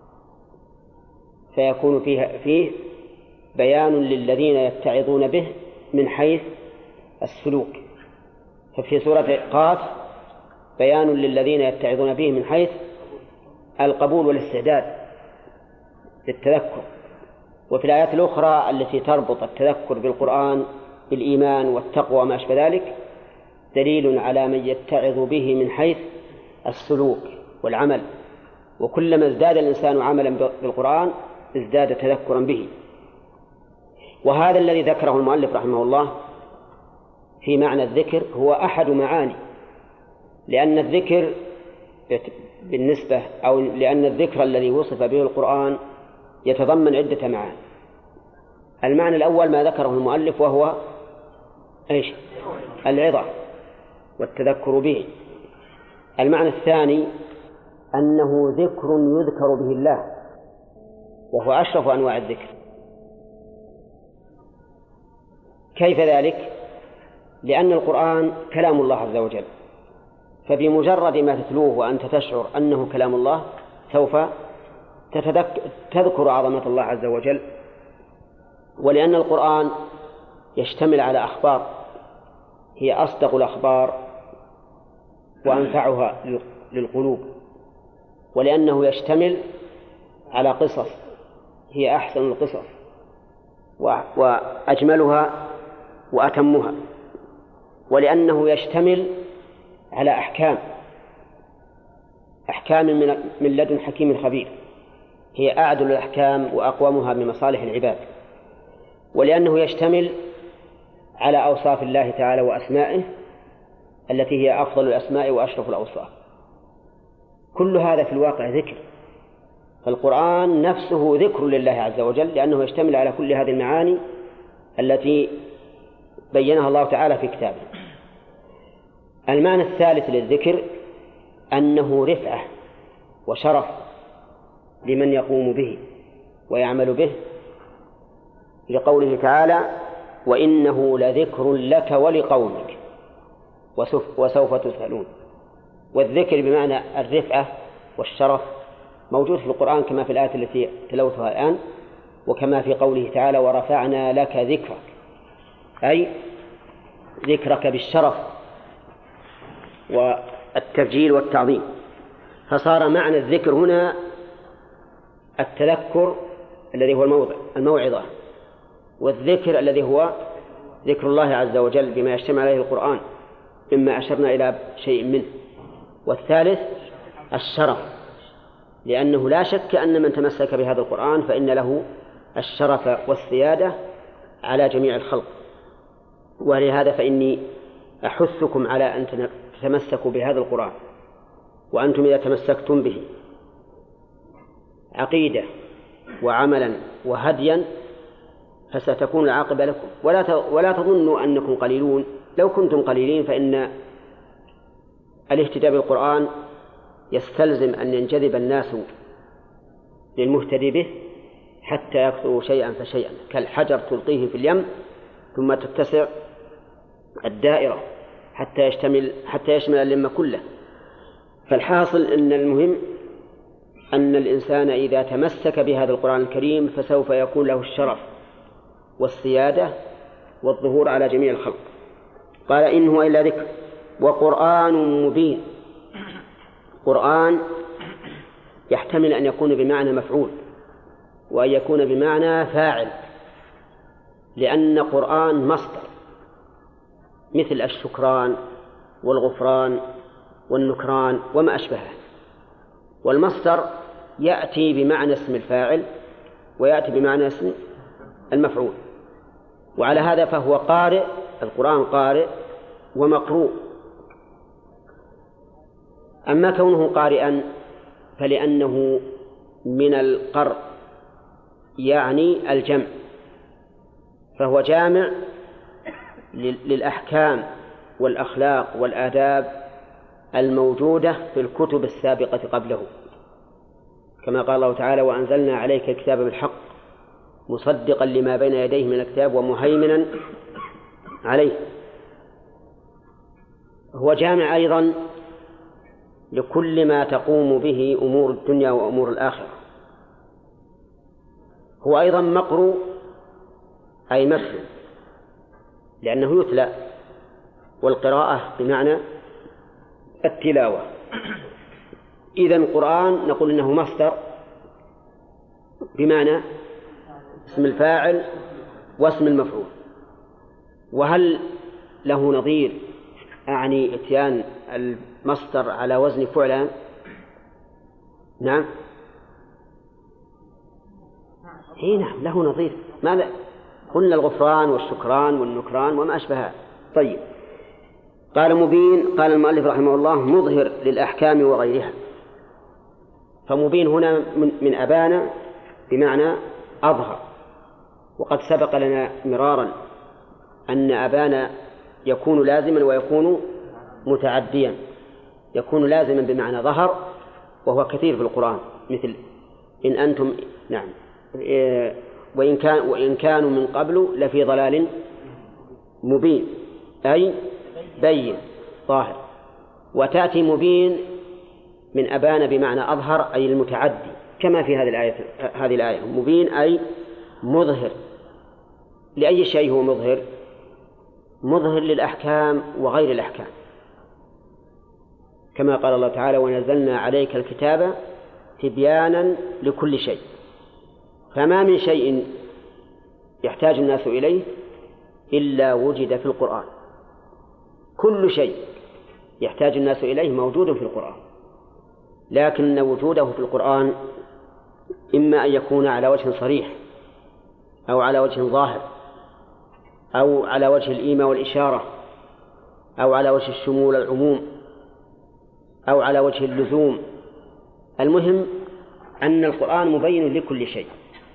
فيكون فيه, فيه بيان للذين يتعظون به من حيث السلوك. ففي سورة قاف بيان للذين يتعظون به من حيث القبول والاستعداد للتذكر. وفي الآيات الأخرى التي تربط التذكر بالقرآن بالإيمان والتقوى وما أشبه ذلك دليل على من يتعظ به من حيث السلوك والعمل. وكلما ازداد الإنسان عملا بالقرآن ازداد تذكرا به. وهذا الذي ذكره المؤلف رحمه الله في معنى الذكر هو أحد معاني، لأن الذكر بالنسبة أو لأن الذكر الذي وصف به القرآن يتضمن عدة معاني. المعنى الأول ما ذكره المؤلف وهو إيش؟ العظة والتذكر به. المعنى الثاني أنه ذكر يذكر به الله وهو أشرف أنواع الذكر. كيف ذلك؟ لأن القرآن كلام الله عز وجل، فبمجرد ما تتلوه وأنت تشعر أنه كلام الله سوف تذكر عظمة الله عز وجل. ولأن القرآن يشتمل على أخبار هي أصدق الأخبار وأنفعها للقلوب، ولأنه يشتمل على قصص هي أحسن القصص وأجملها وأتمها، ولأنه يشتمل على أحكام أحكام من لدن حكيم خبير هي أعدل الأحكام وأقومها بمصالح العباد، ولأنه يشتمل على أوصاف الله تعالى وأسمائه التي هي أفضل الأسماء وأشرف الأوصاف. كل هذا في الواقع ذكر. فالقرآن نفسه ذكر لله عز وجل لأنه يشتمل على كل هذه المعاني التي بينها الله تعالى في كتابه. المعنى الثالث للذكر أنه رفعة وشرف لمن يقوم به ويعمل به، لقوله تعالى وإنه لذكر لك ولقومك وسوف تسألون. والذكر بمعنى الرفعة والشرف موجود في القرآن كما في الآية التي تلوتها الآن، وكما في قوله تعالى ورفعنا لك ذكرك، أي ذكرك بالشرف والتبجيل والتعظيم. فصار معنى الذكر هنا التذكر الذي هو الموضع الموعظة، والذكر الذي هو ذكر الله عز وجل بما يجتمع عليه القرآن مما أشرنا إلى شيء منه. والثالث الشرف، لأنه لا شك أن من تمسك بهذا القرآن فإن له الشرف والسيادة على جميع الخلق. ولهذا فإني أحثكم على أن تتمسكوا بهذا القرآن، وأنتم إذا تمسكتم به عقيدة وعملا وهديا فستكون العاقبة لكم. ولا ولا تظنوا أنكم قليلون، لو كنتم قليلين فإن الاهتداء بالقرآن يستلزم أن ينجذب الناس للمهتدي به حتى يكثروا شيئا فشيئا كالحجر تلقيه في اليم ثم تتسع الدائرة حتى يشتمل حتى يشمل اليم كله. فالحاصل أن المهم أن الإنسان إذا تمسك بهذا القرآن الكريم فسوف يكون له الشرف والسيادة والظهور على جميع الخلق. قال إن هو إلا ذكر وقرآن مبين. قرآن يحتمل أن يكون بمعنى مفعول وأن يكون بمعنى فاعل، لأن قرآن مصدر مثل الشكران والغفران والنكران وما أشبهه، والمصدر يأتي بمعنى اسم الفاعل ويأتي بمعنى اسم المفعول. وعلى هذا فهو قارئ، القرآن قارئ ومقروء. أما كونه قارئا فلأنه من القرء يعني الجمع، فهو جامع للأحكام والأخلاق والآداب الموجودة في الكتب السابقة قبله، كما قال الله تعالى وأنزلنا عليك الكتاب بالحق مصدقا لما بين يديه من الكتاب ومهيمنا عليه. هو جامع أيضا لكل ما تقوم به أمور الدنيا وأمور الآخرة. هو أيضا مقروء أي مثل، لأنه يتلى، والقراءة بمعنى التلاوة. إذن القرآن نقول إنه مصدر بمعنى اسم الفاعل واسم المفعول. وهل له نظير أعني إتيان المصدر على وزن فعلا؟ نعم إيه نعم له نظير. ماذا قلنا؟ الغفران والشكران والنكران وما أشبهها. طيب قال مبين. قال المؤلف رحمه الله مظهر للأحكام وغيرها. فمبين هنا من أبان بمعنى أظهر، وقد سبق لنا مرارا أن أبان يكون لازما ويكون متعديا. يكون لازما بمعنى ظهر وهو كثير في القرآن، مثل إن أنتم نعم وإن, كان وإن كانوا من قبل لفي ضلال مبين أي بين ظاهر. وتأتي مبين من أبان بمعنى أظهر أي المتعدي، كما في هذه الآية. هذه الآية مبين أي مظهر. لأي شيء هو مظهر؟ مظهر للأحكام وغير الأحكام، كما قال الله تعالى ونزلنا عليك الكتاب تبيانا لكل شيء. فما من شيء يحتاج الناس إليه إلا وجد في القرآن. كل شيء يحتاج الناس إليه موجود في القرآن، لكن وجوده في القرآن إما أن يكون على وجه صريح أو على وجه ظاهر أو على وجه الإيماء والإشارة أو على وجه الشمول العموم أو على وجه اللزوم. المهم أن القرآن مبين لكل شيء.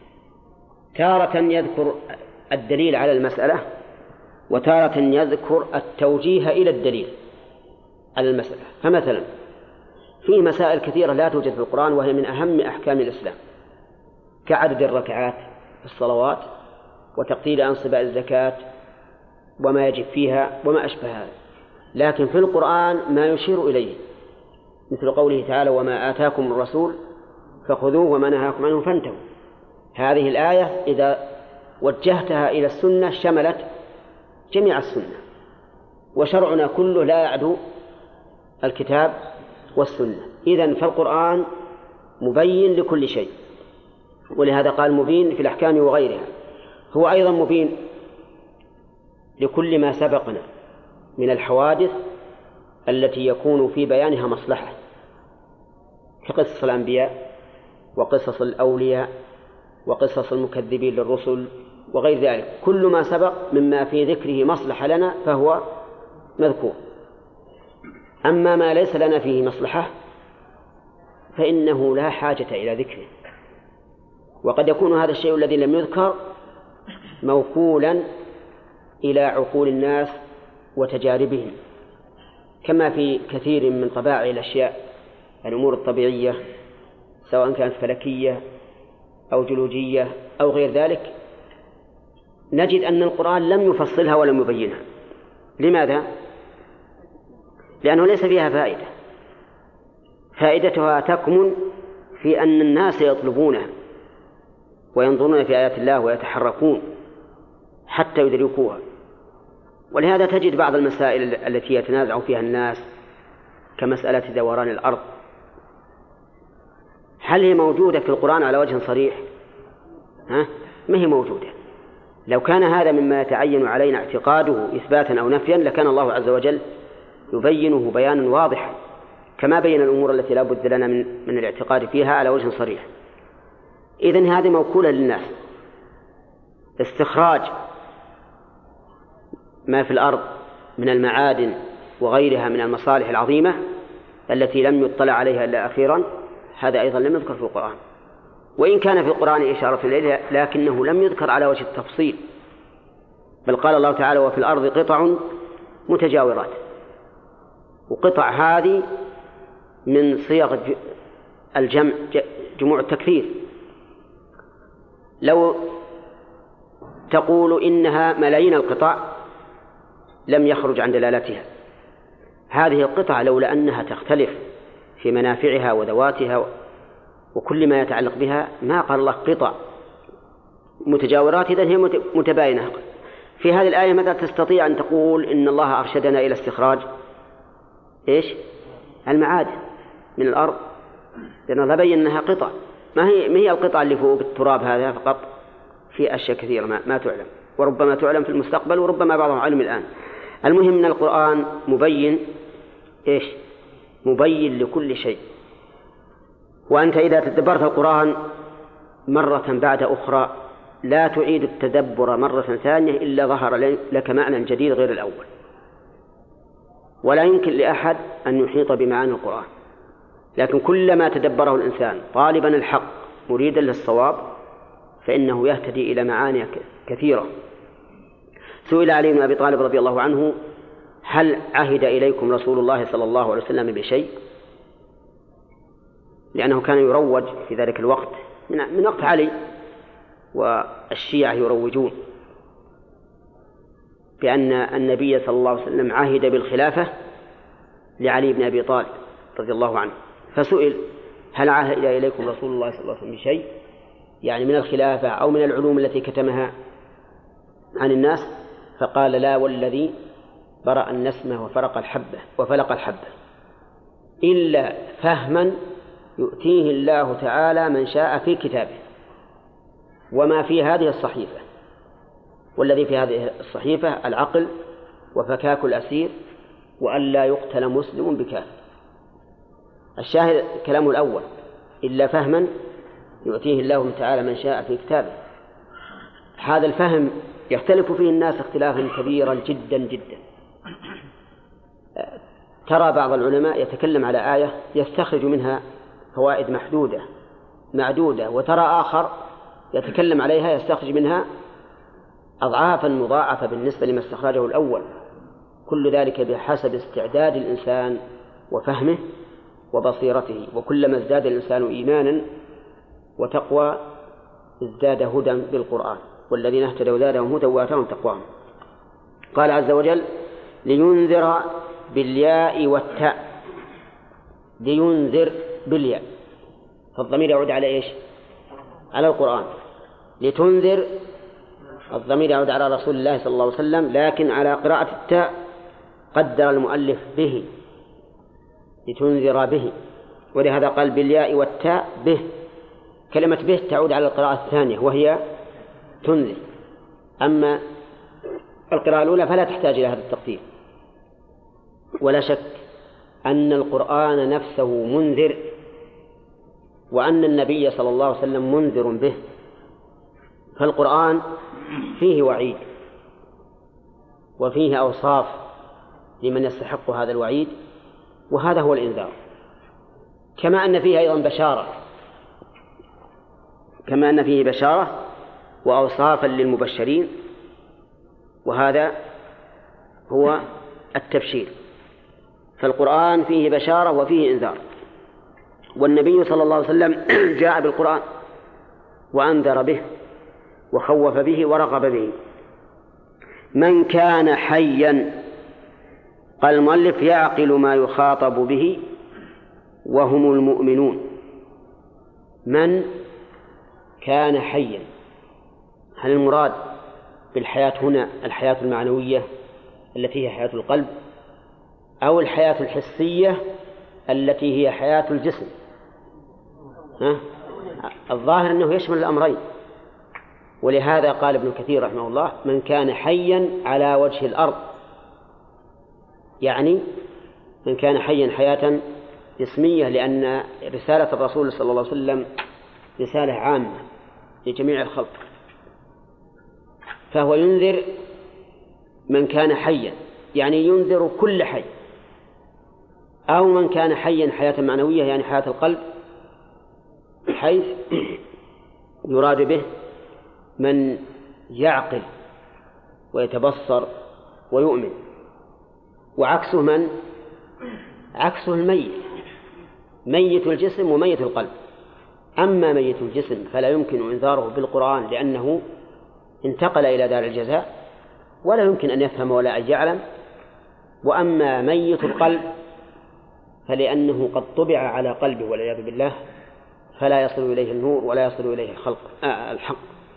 تارة يذكر الدليل على المسألة، وتارة يذكر التوجيه إلى الدليل على المسألة. فمثلا في مسائل كثيرة لا توجد في القرآن وهي من أهم أحكام الإسلام، كعدد الركعات في الصلوات وتقدير أنصباء الزكاة وما يجب فيها وما أشبه هذا، لكن في القرآن ما يشير إليه، مثل قوله تعالى وما آتاكم الرسول فخذوه وما نهاكم عنه فانتهوا. هذه الآية إذا وجهتها إلى السنة شملت جميع السنة، وشرعنا كله لا يعدو الكتاب والسنة. إذن فالقرآن مبين لكل شيء، ولهذا قال مبين في الأحكام وغيرها. هو أيضا مبين لكل ما سبقنا من الحوادث التي يكون في بيانها مصلحة، كقصص الأنبياء وقصص الأولياء وقصص المكذبين للرسل وغير ذلك. كل ما سبق مما في ذكره مصلحة لنا فهو مذكور. أما ما ليس لنا فيه مصلحة فإنه لا حاجة إلى ذكره. وقد يكون هذا الشيء الذي لم يذكر موكولا إلى عقول الناس وتجاربهم، كما في كثير من طبائع الأشياء، الأمور الطبيعية سواء كانت فلكية أو جيولوجية أو غير ذلك، نجد أن القرآن لم يفصلها ولم يبينها. لماذا؟ لأنه ليس فيها فائدة. فائدتها تكمن في أن الناس يطلبونه وينظرون في آيات الله ويتحركون حتى يدركوها. ولهذا تجد بعض المسائل التي يتنازع فيها الناس كمسألة دوران الأرض، هل هي موجودة في القرآن على وجه صريح؟ ها؟ ما هي موجودة. لو كان هذا مما يتعين علينا اعتقاده إثباتا أو نفيا لكان الله عز وجل يبينه بيانا واضحا كما بين الأمور التي لا بد لنا من, من الاعتقاد فيها على وجه صريح. إذن هذه موكولة للناس، استخراج ما في الأرض من المعادن وغيرها من المصالح العظيمة التي لم يطلع عليها إلا أخيرا، هذا أيضا لم يذكر في القرآن، وإن كان في القرآن إشارة إليه لكنه لم يذكر على وجه التفصيل، بل قال الله تعالى وفي الأرض قطع متجاورات، وقطع هذه من صيغ الجمع جموع التكثير. لو تقول إنها ملايين القطع لم يخرج عن دلالتها. هذه القطع لولا أنها تختلف في منافعها وذواتها وكل ما يتعلق بها ما قال الله قطع متجاورات، إذن هي متباينة. في هذه الآية ماذا تستطيع أن تقول إن الله أرشدنا إلى استخراج إيش؟ المعادن من الأرض، لأن الله بين أنها قطع، ما هي ما هي القطع اللي فوق التراب هذا فقط، في أشياء كثيرة ما, ما تعلم، وربما تعلم في المستقبل وربما بعضها علم الآن. المهم أن القرآن مبين إيش؟ مبين لكل شيء. وأنت إذا تدبرت القرآن مرة بعد أخرى لا تعيد التدبر مرة ثانية إلا ظهر لك معنى جديد غير الأول، ولا يمكن لأحد أن يحيط بمعاني القرآن، لكن كلما تدبره الإنسان طالبا الحق مريدا للصواب فإنه يهتدي إلى معاني كثيرة. سئل علي بن أبي طالب رضي الله عنه هل عهد إليكم رسول الله صلى الله عليه وسلم بشيء؟ لأنه كان يروج في ذلك الوقت من وقت علي، والشيعة يروجون بأن النبي صلى الله عليه وسلم عهد بالخلافة لعلي بن أبي طالب رضي الله عنه، فسئل هل عهد إليكم رسول الله صلى الله عليه وسلم بشيء، يعني من الخلافة أو من العلوم التي كتمها عن الناس؟ فقال لا والذي برأ النسمة وفرق الحبة وفلق الحبة إلا فهما يؤتيه الله تعالى من شاء في كتابه وما في هذه الصحيفة، والذي في هذه الصحيفة العقل وفكاك الأسير وأن لا يقتل مسلم بكافر. الشاهد كلامه الأول إلا فهما يؤتيه الله تعالى من شاء في كتابه. هذا الفهم يختلف فيه الناس اختلافا كبيرا جدا جدا. ترى بعض العلماء يتكلم على آية يستخرج منها فوائد محدودة معدودة، وترى آخر يتكلم عليها يستخرج منها أضعافا مضاعفة بالنسبة لما استخرجه الأول. كل ذلك بحسب استعداد الإنسان وفهمه وبصيرته، وكلما ازداد الإنسان إيمانا وتقوى ازداد هدى بالقرآن، والذين اهتدوا زادهم هدى وآتاهم تقواهم. قال عز وجل لينذر بالياء والتاء، لينذر بالياء، فالضمير يعود على إيش؟ على القرآن. لتنذر الضمير يعود على رسول الله صلى الله عليه وسلم، لكن على قراءة التاء قدر المؤلف به، لتنذر به، ولهذا قال بالياء والتاء به. كلمة به تعود على القراءة الثانية وهي تنذر، أما القراءة الأولى فلا تحتاج إلى هذا التقدير. ولا شك أن القرآن نفسه منذر، وأن النبي صلى الله عليه وسلم منذر به، فالقرآن فيه وعيد وفيه أوصاف لمن يستحق هذا الوعيد، وهذا هو الإنذار، كما أن فيه أيضا بشارة، كما أن فيه بشارة وأوصافا للمبشرين، وهذا هو التبشير. فالقرآن فيه بشارة وفيه إنذار، والنبي صلى الله عليه وسلم جاء بالقرآن وأنذر به وخوف به ورغب به. من كان حيا، قال المؤلف يعقل ما يخاطب به وهم المؤمنون. من كان حيا. هل المراد بالحياة هنا الحياة المعنوية التي هي حياة القلب، أو الحياة الحسية التي هي حياة الجسم؟ ها؟ الظاهر أنه يشمل الأمرين، ولهذا قال ابن كثير رحمه الله من كان حيا على وجه الأرض، يعني من كان حيا حياة جسمية، لأن رسالة الرسول صلى الله عليه وسلم رسالة عامة لجميع الخلق، فهو ينذر من كان حيا، يعني ينذر كل حي، أو من كان حيا حياة معنوية يعني حياة القلب، حيث يراد به من يعقل ويتبصر ويؤمن، وعكسه من؟ عكسه الميت، ميت الجسم وميت القلب. أما ميت الجسم فلا يمكن إنذاره بالقرآن لأنه انتقل إلى دار الجزاء ولا يمكن أن يفهم ولا أن يعلم، وأما ميت القلب فلأنه قد طبع على قلبه والعياذ بالله فلا يصل إليه النور ولا يصل إليه الخلق آه الحق.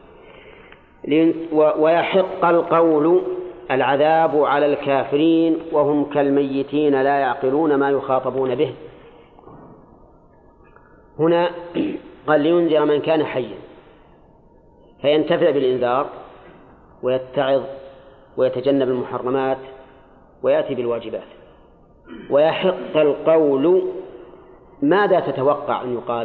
ويحق القول العذاب على الكافرين وهم كالميتين لا يعقلون ما يخاطبون به. هنا قال لينذر من كان حيا فينتفع بالإنذار ويتعظ ويتجنب المحرمات ويأتي بالواجبات. ويحق القول، ماذا تتوقع أن يقال؟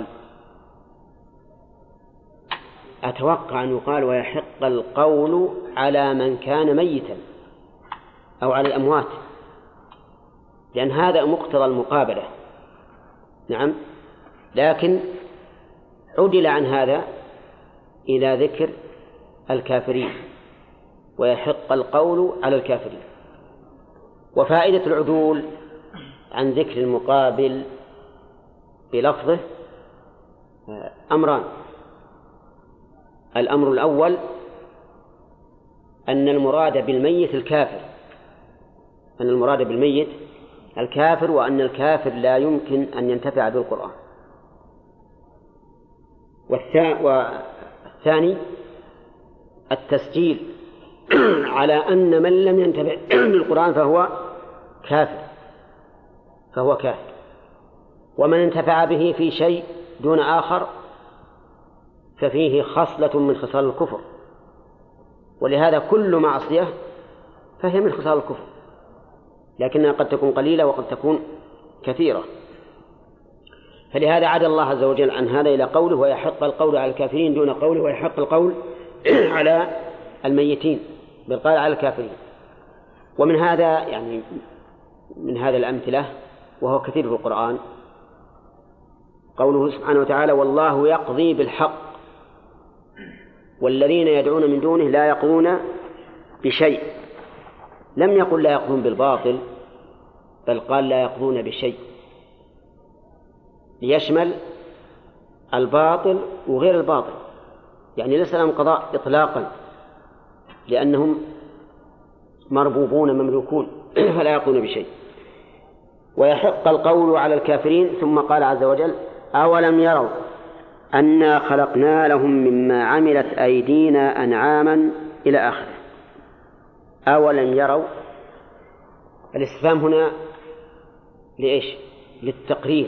أتوقع أن يقال ويحق القول على من كان ميتا أو على الأموات، لأن هذا مقتضى المقابلة. نعم، لكن عدل عن هذا إلى ذكر الكافرين، ويحق القول على الكافرين. وفائدة العدول عن ذكر المقابل بلفظه أمران. الأمر الأول أن المراد بالميت الكافر، أن المراد بالميت الكافر، وأن الكافر لا يمكن أن ينتفع بالقرآن. والثاني التسجيل على أن من لم ينتفع بالقرآن فهو كافر فهو كافر ومن انتفع به في شيء دون آخر ففيه خصلة من خصال الكفر، ولهذا كل معصية فهي من خصال الكفر، لكنها قد تكون قليلة وقد تكون كثيرة. فلهذا عدا الله عز وجل عن هذا إلى قوله ويحق القول على الكافرين دون قوله ويحق القول على الميتين، بل قال على الكافرين. ومن هذا يعني من هذا الأمثلة وهو كثير في القرآن قوله سبحانه وتعالى والله يقضي بالحق والذين يدعون من دونه لا يقضون بشيء. لم يقل لا يقضون بالباطل، بل قال لا يقضون بشيء، ليشمل الباطل وغير الباطل، يعني ليس لهم قضاء إطلاقا لأنهم مربوبون مملوكون فلا يقضون بشيء. ويحق القول على الكافرين. ثم قال عز وجل أولم يروا أنا خلقنا لهم مما عملت أيدينا أنعاما إلى آخره. أولم يروا، الاستفهام هنا لإيش؟ للتقرير،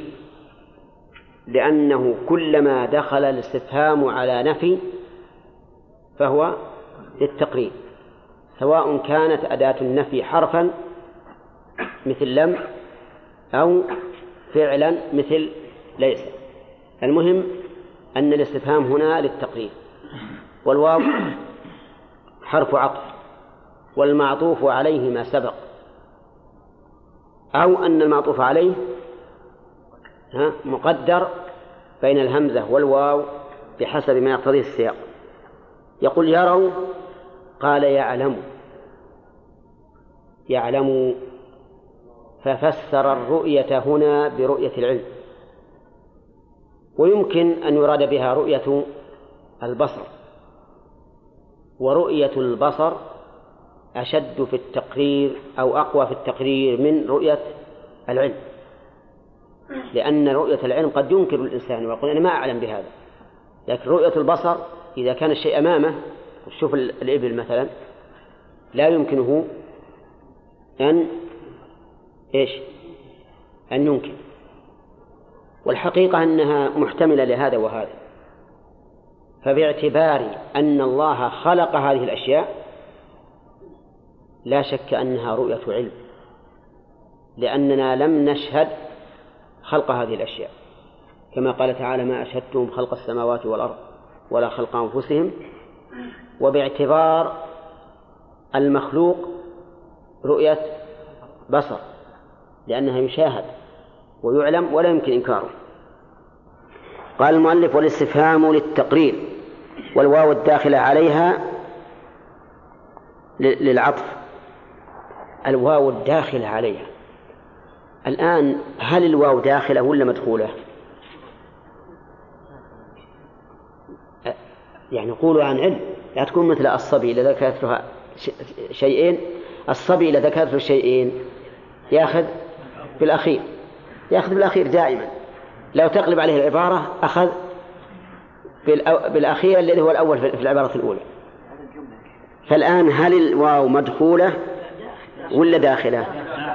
لأنه كلما دخل الاستفهام على نفي فهو للتقرير، سواء كانت أداة النفي حرفا مثل لم أو فعلا مثل ليس. المهم أن الاستفهام هنا للتقرير، والواو حرف عطف والمعطوف عليه ما سبق، أو أن المعطوف عليه مقدر بين الهمزة والواو بحسب ما يقتضيه السياق. يقول يروا، قال يعلم يعلم ففسر الرؤية هنا برؤية العلم، ويمكن أن يراد بها رؤية البصر، ورؤية البصر أشد في التقرير أو أقوى في التقرير من رؤية العلم، لأن رؤية العلم قد ينكر الإنسان ويقول أنا ما أعلم بهذا، لكن رؤية البصر إذا كان الشيء أمامه، شوف الإبل مثلا لا يمكنه أن إيش أن ينكر، والحقيقة أنها محتملة لهذا وهذا. فباعتبار أن الله خلق هذه الأشياء لا شك أنها رؤية علم، لأننا لم نشهد خلق هذه الأشياء، كما قال تعالى: ما أشهدتم خلق السماوات والأرض ولا خلق أنفسهم. وباعتبار المخلوق رؤية بصر، لأنها يشاهد ويعلم ولا يمكن إنكاره. قال المؤلف: والاستفهام للتقرير، والواو الداخلة عليها للعطف. الواو الداخلة عليها، الآن هل الواو داخلة ولا مدخولة؟ يعني قولوا عن علم، لا تكون مثل الصبي إذا ذكرت له شيئين، الصبي إذا ذكرت له شيئين يأخذ بالأخير، يأخذ بالأخير دائما. لو تقلب عليه العبارة أخذ بالأخير الذي هو الأول في العبارة الأولى. فالآن هل الواو مدخولة ولا داخلة؟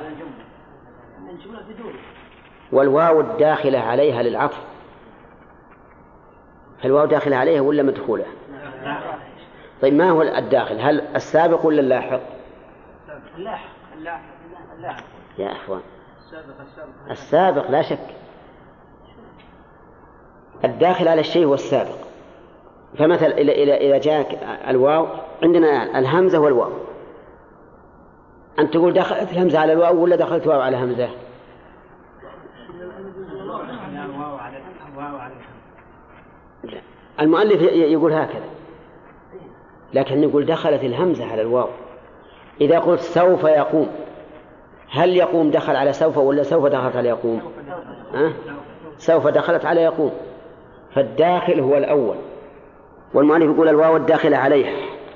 والواو الداخلة عليها للعطف، فالواو داخلة عليها ولا مدخولة؟ طيب ما هو الداخل؟ هل السابق ولا اللاحق؟ اللاحق. اللاحق يا أخوان، السابق لا شك، الداخل على الشيء هو السابق. فمثل إذا جاءك الواو، عندنا الهمزة والواو، أنت تقول دخلت الهمزة على الواو ولا دخلت واو على همزة؟ المؤلف يقول هكذا، لكن نقول دخلت الهمزة على الواو. إذا قلت سوف يقوم، هل يقوم دخل على سوف ولا سوف دخلت على يقوم؟ أه؟ سوف دخلت على يقوم، فالداخل هو الأول. والمؤلف يقول الواو الداخلة عليها،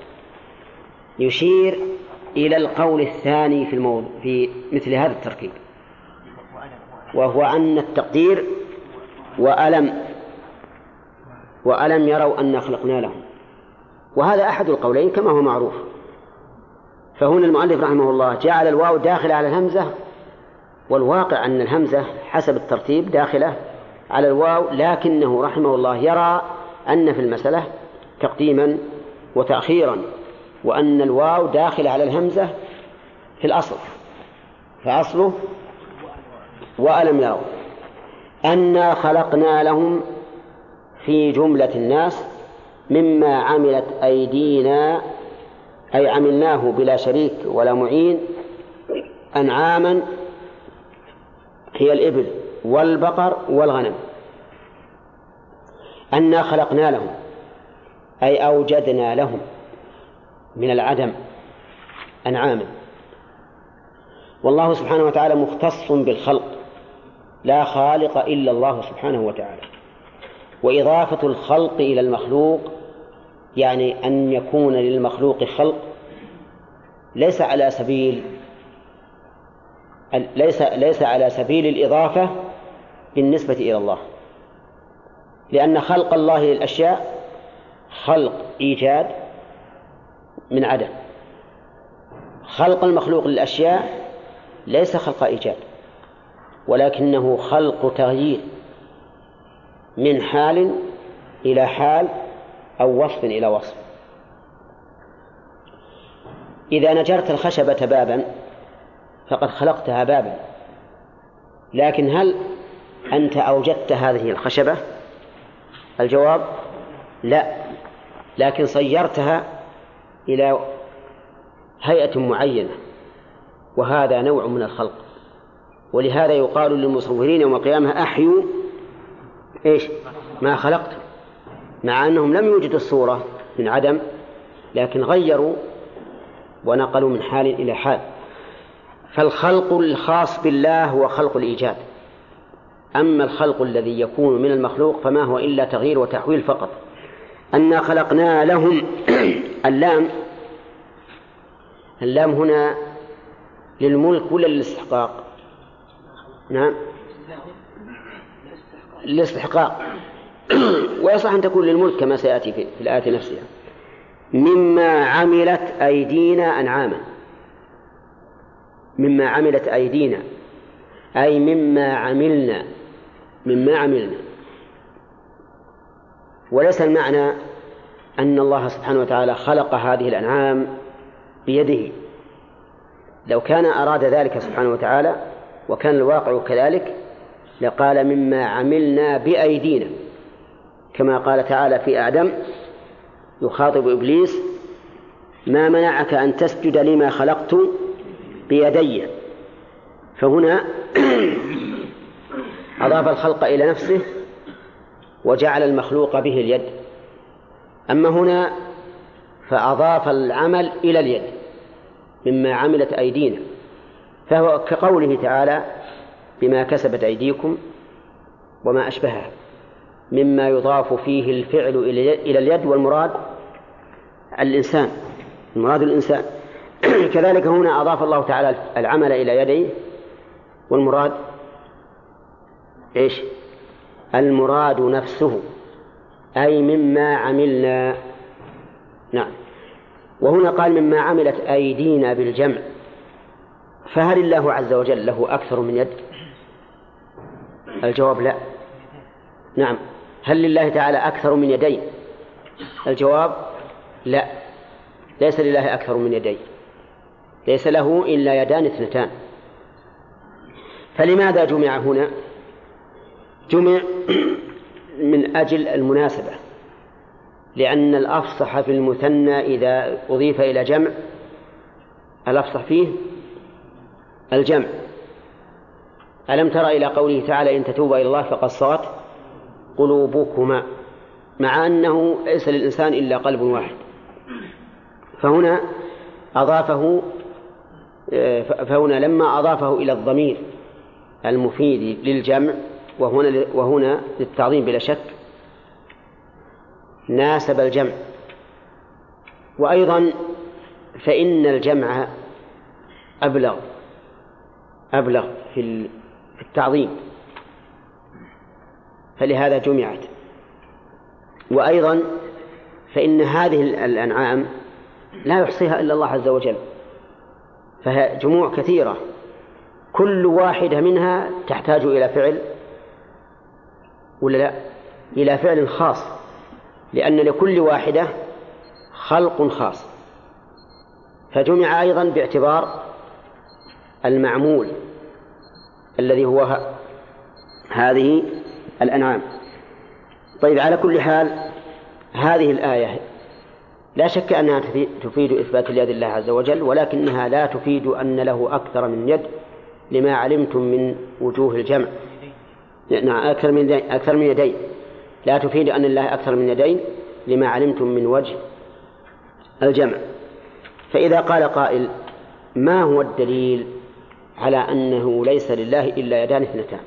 يشير إلى القول الثاني في الموضوع في مثل هذا التركيب، وهو أن التقدير وألم وألم يروا أن خلقنا لهم، وهذا أحد القولين كما هو معروف. فهنا المؤلف رحمه الله جعل الواو داخلة على الهمزة، والواقع أن الهمزة حسب الترتيب داخلة على الواو، لكنه رحمه الله يرى أن في المسألة تقديما وتأخيرا، وأن الواو داخلة على الهمزة في الأصل، فأصله وألم يروا أنا خلقنا لهم في جملة الناس مما عملت أيدينا، أي عملناه بلا شريك ولا معين، أنعاما هي الإبل والبقر والغنم. أنا خلقنا لهم أي أوجدنا لهم من العدم أنعاما. والله سبحانه وتعالى مختص بالخلق، لا خالق إلا الله سبحانه وتعالى. وإضافة الخلق إلى المخلوق يعني أن يكون للمخلوق خلق ليس على سبيل ليس ليس على سبيل الإضافة بالنسبة إلى الله، لأن خلق الله للأشياء خلق إيجاد من عدم، خلق المخلوق للأشياء ليس خلق إيجاد، ولكنه خلق تغيير من حال إلى حال أو وصف إلى وصف. إذا نجرت الخشبة بابا فقد خلقتها بابا، لكن هل أنت أوجدت هذه الخشبة؟ الجواب لا، لكن صيرتها إلى هيئة معينة، وهذا نوع من الخلق. ولهذا يقال للمصورين يوم القيامة أحيوا إيش ما خلقت، مع أنهم لم يوجدوا الصورة من عدم، لكن غيروا ونقلوا من حال إلى حال. فالخلق الخاص بالله هو خلق الإيجاد، أما الخلق الذي يكون من المخلوق فما هو إلا تغيير وتحويل فقط. أنا خلقنا لهم اللام اللام هنا للملك ولا للاستحقاق؟ نعم للاستحقاق. ويصح أن تكون للملك كما سيأتي في الآية نفسها. مما عملت أيدينا أنعاما، مما عملت أيدينا أي مما عملنا، مما عملنا. وليس المعنى أن الله سبحانه وتعالى خلق هذه الأنعام بيده، لو كان أراد ذلك سبحانه وتعالى وكان الواقع كذلك لقال مما عملنا بأيدينا، كما قال تعالى في آدم يخاطب إبليس: ما منعك أن تسجد لما خلقت بيدي. فهنا أضاف الخلق إلى نفسه وجعل المخلوق به اليد. أما هنا فأضاف العمل إلى اليد، مما عملت أيدينا، فهو كقوله تعالى: بما كسبت أيديكم وما أشبهها، مما يضاف فيه الفعل إلى اليد، والمراد الإنسان، المراد الإنسان. كذلك هنا أضاف الله تعالى العمل إلى يديه، والمراد إيش؟ المراد نفسه، أي مما عملنا. نعم. وهنا قال مما عملت أيدينا بالجمع، فهل الله عز وجل له أكثر من يد؟ الجواب لا. نعم. هل لله تعالى أكثر من يدين؟ الجواب لا، ليس لله أكثر من يدين، ليس له إلا يدان اثنتان. فلماذا جمع هنا؟ جمع من أجل المناسبة، لأن الأفصح في المثنى إذا أضيف إلى جمع الأفصح فيه الجمع. ألم تر إلى قوله تعالى: إن تتوبا إلى الله فقد صغت قلوبكما، مع أنه ليس للإنسان إلا قلب واحد. فهنا أضافه فهنا لما أضافه إلى الضمير المفيد للجمع وهنا, وهنا للتعظيم بلا شك ناسب الجمع. وأيضا فإن الجمع أبلغ أبلغ في التعظيم، فلهذا جمعت. وأيضا فإن هذه الأنعام لا يحصيها إلا الله عز وجل، فهي جموع كثيرة، كل واحدة منها تحتاج إلى فعل ولا لا؟ إلى فعل خاص، لأن لكل واحدة خلق خاص. فجمع أيضا باعتبار المعمول الذي هو هذه الأنعام. طيب، على كل حال هذه الآية لا شك أنها تفيد إثبات اليد لله عز وجل، ولكنها لا تفيد أن له أكثر من يد، لما علمتم من وجوه الجمع. نعم، أكثر من يدين، أكثر من يدين لا تفيد أن الله أكثر من يدين، لما علمتم من وجه الجمع. فإذا قال قائل: ما هو الدليل على أنه ليس لله إلا يدان اثنتان؟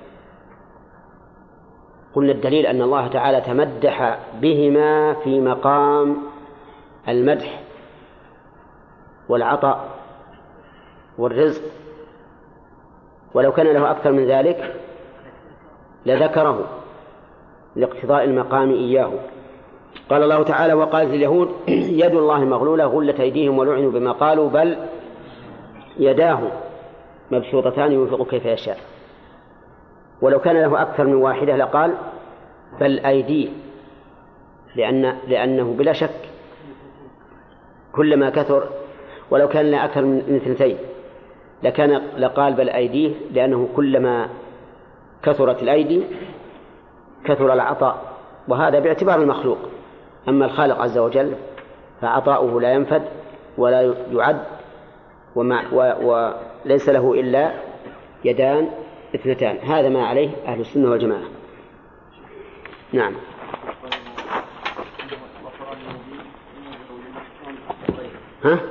قلنا الدليل أن الله تعالى تمدح بهما في مقام المدح والعطاء والرزق، ولو كان له أكثر من ذلك لذكره لاقتضاء المقام إياه. قال الله تعالى: وقالت اليهود يد الله مغلولة غلت أيديهم ولعنوا بما قالوا بل يداه مبسوطتان ينفق كيف يشاء. ولو كان له أكثر من واحدة لقال بل أيديه، لأن لأنه بلا شك كلما كثر، ولو كان له أكثر من اثنتين لكان لقال بل أيديه، لأنه كلما كثرت الأيدي كثر العطاء، وهذا باعتبار المخلوق. أما الخالق عز وجل فعطاؤه لا ينفد ولا يعد، ومع وليس له إلا يدان اثنتان. هذا ما عليه أهل السنة والجماعة. نعم. ها؟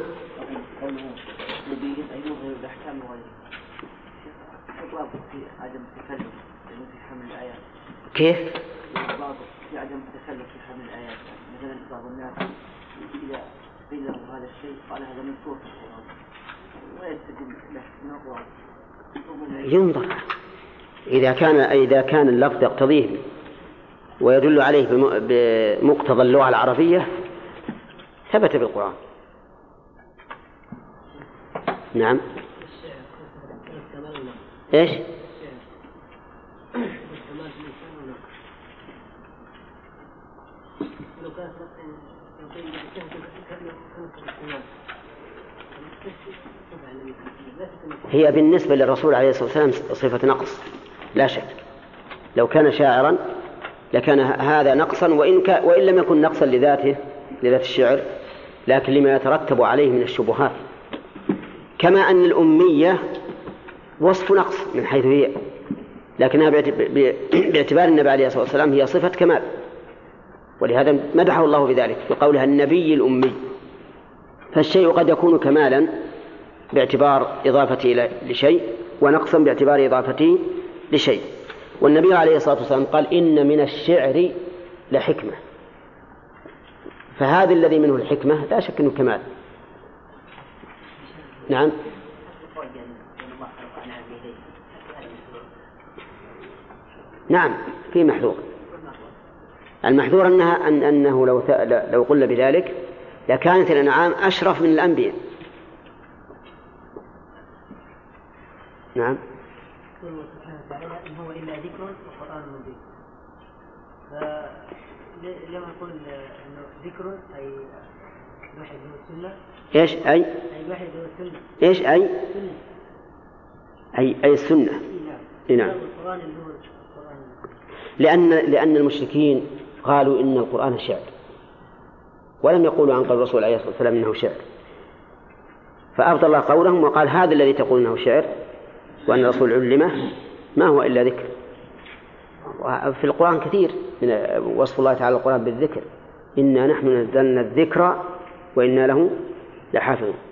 كيف؟ في عدم التكلف في حمل الآيات، مثلا بعض الناس إذا قيل له هذا الشيء قال هذا من سورة القرآن ويستدل له من القرآن. ينظر إذا كان إذا كان اللفظ يقتضيه ويدل عليه بمقتضى اللغة العربية ثبت بالقرآن. نعم. إيش؟ هي بالنسبة للرسول عليه الصلاة والسلام صفة نقص لا شك. لو كان شاعرا لكان هذا نقصا، وإن, ك... وإن لم يكن نقصا لذاته لذات الشعر، لكن لما يترتب عليه من الشبهات. كما أن الأمية وصف نقص من حيث هي، لكنها باعتبار النبي عليه الصلاة والسلام هي صفة كمال، ولهذا مدحه الله بذلك بقولها النبي الأمي. فالشيء قد يكون كمالا باعتبار إضافته لشيء، ونقصا باعتبار إضافته لشيء. والنبي عليه الصلاة والسلام قال إن من الشعر لحكمة، فهذا الذي منه الحكمة لا شك أنه كمال. نعم. نعم في محذور. المحذور أنها أن أنه لو لو قلنا بذلك لكانت الأنعام أشرف من الأنبياء. نعم. سبحانه وتعالى إن هو إلا ذكر وقرآن مبين. فلما نقول إنه ذكر أي الوحي هو السنة. إيش أي؟ أي الوحي هو السنة. إيش أي؟ السنة. أي أي السنة. نعم. نعم. القرآن اللي هو القرآن. لأن لأن المشركين قالوا إن القرآن شعر، ولم يقولوا عن قول الرسول عليه الصلاة والسلام إنه شعر، فأبطل الله قولهم وقال هذا الذي تقول إنه شعر وأن الرسول علمه ما هو إلا ذكر. في القرآن كثير من وصف الله تعالى القرآن بالذكر، إنا نحن نزلنا الذكر وإنا له لحافظون.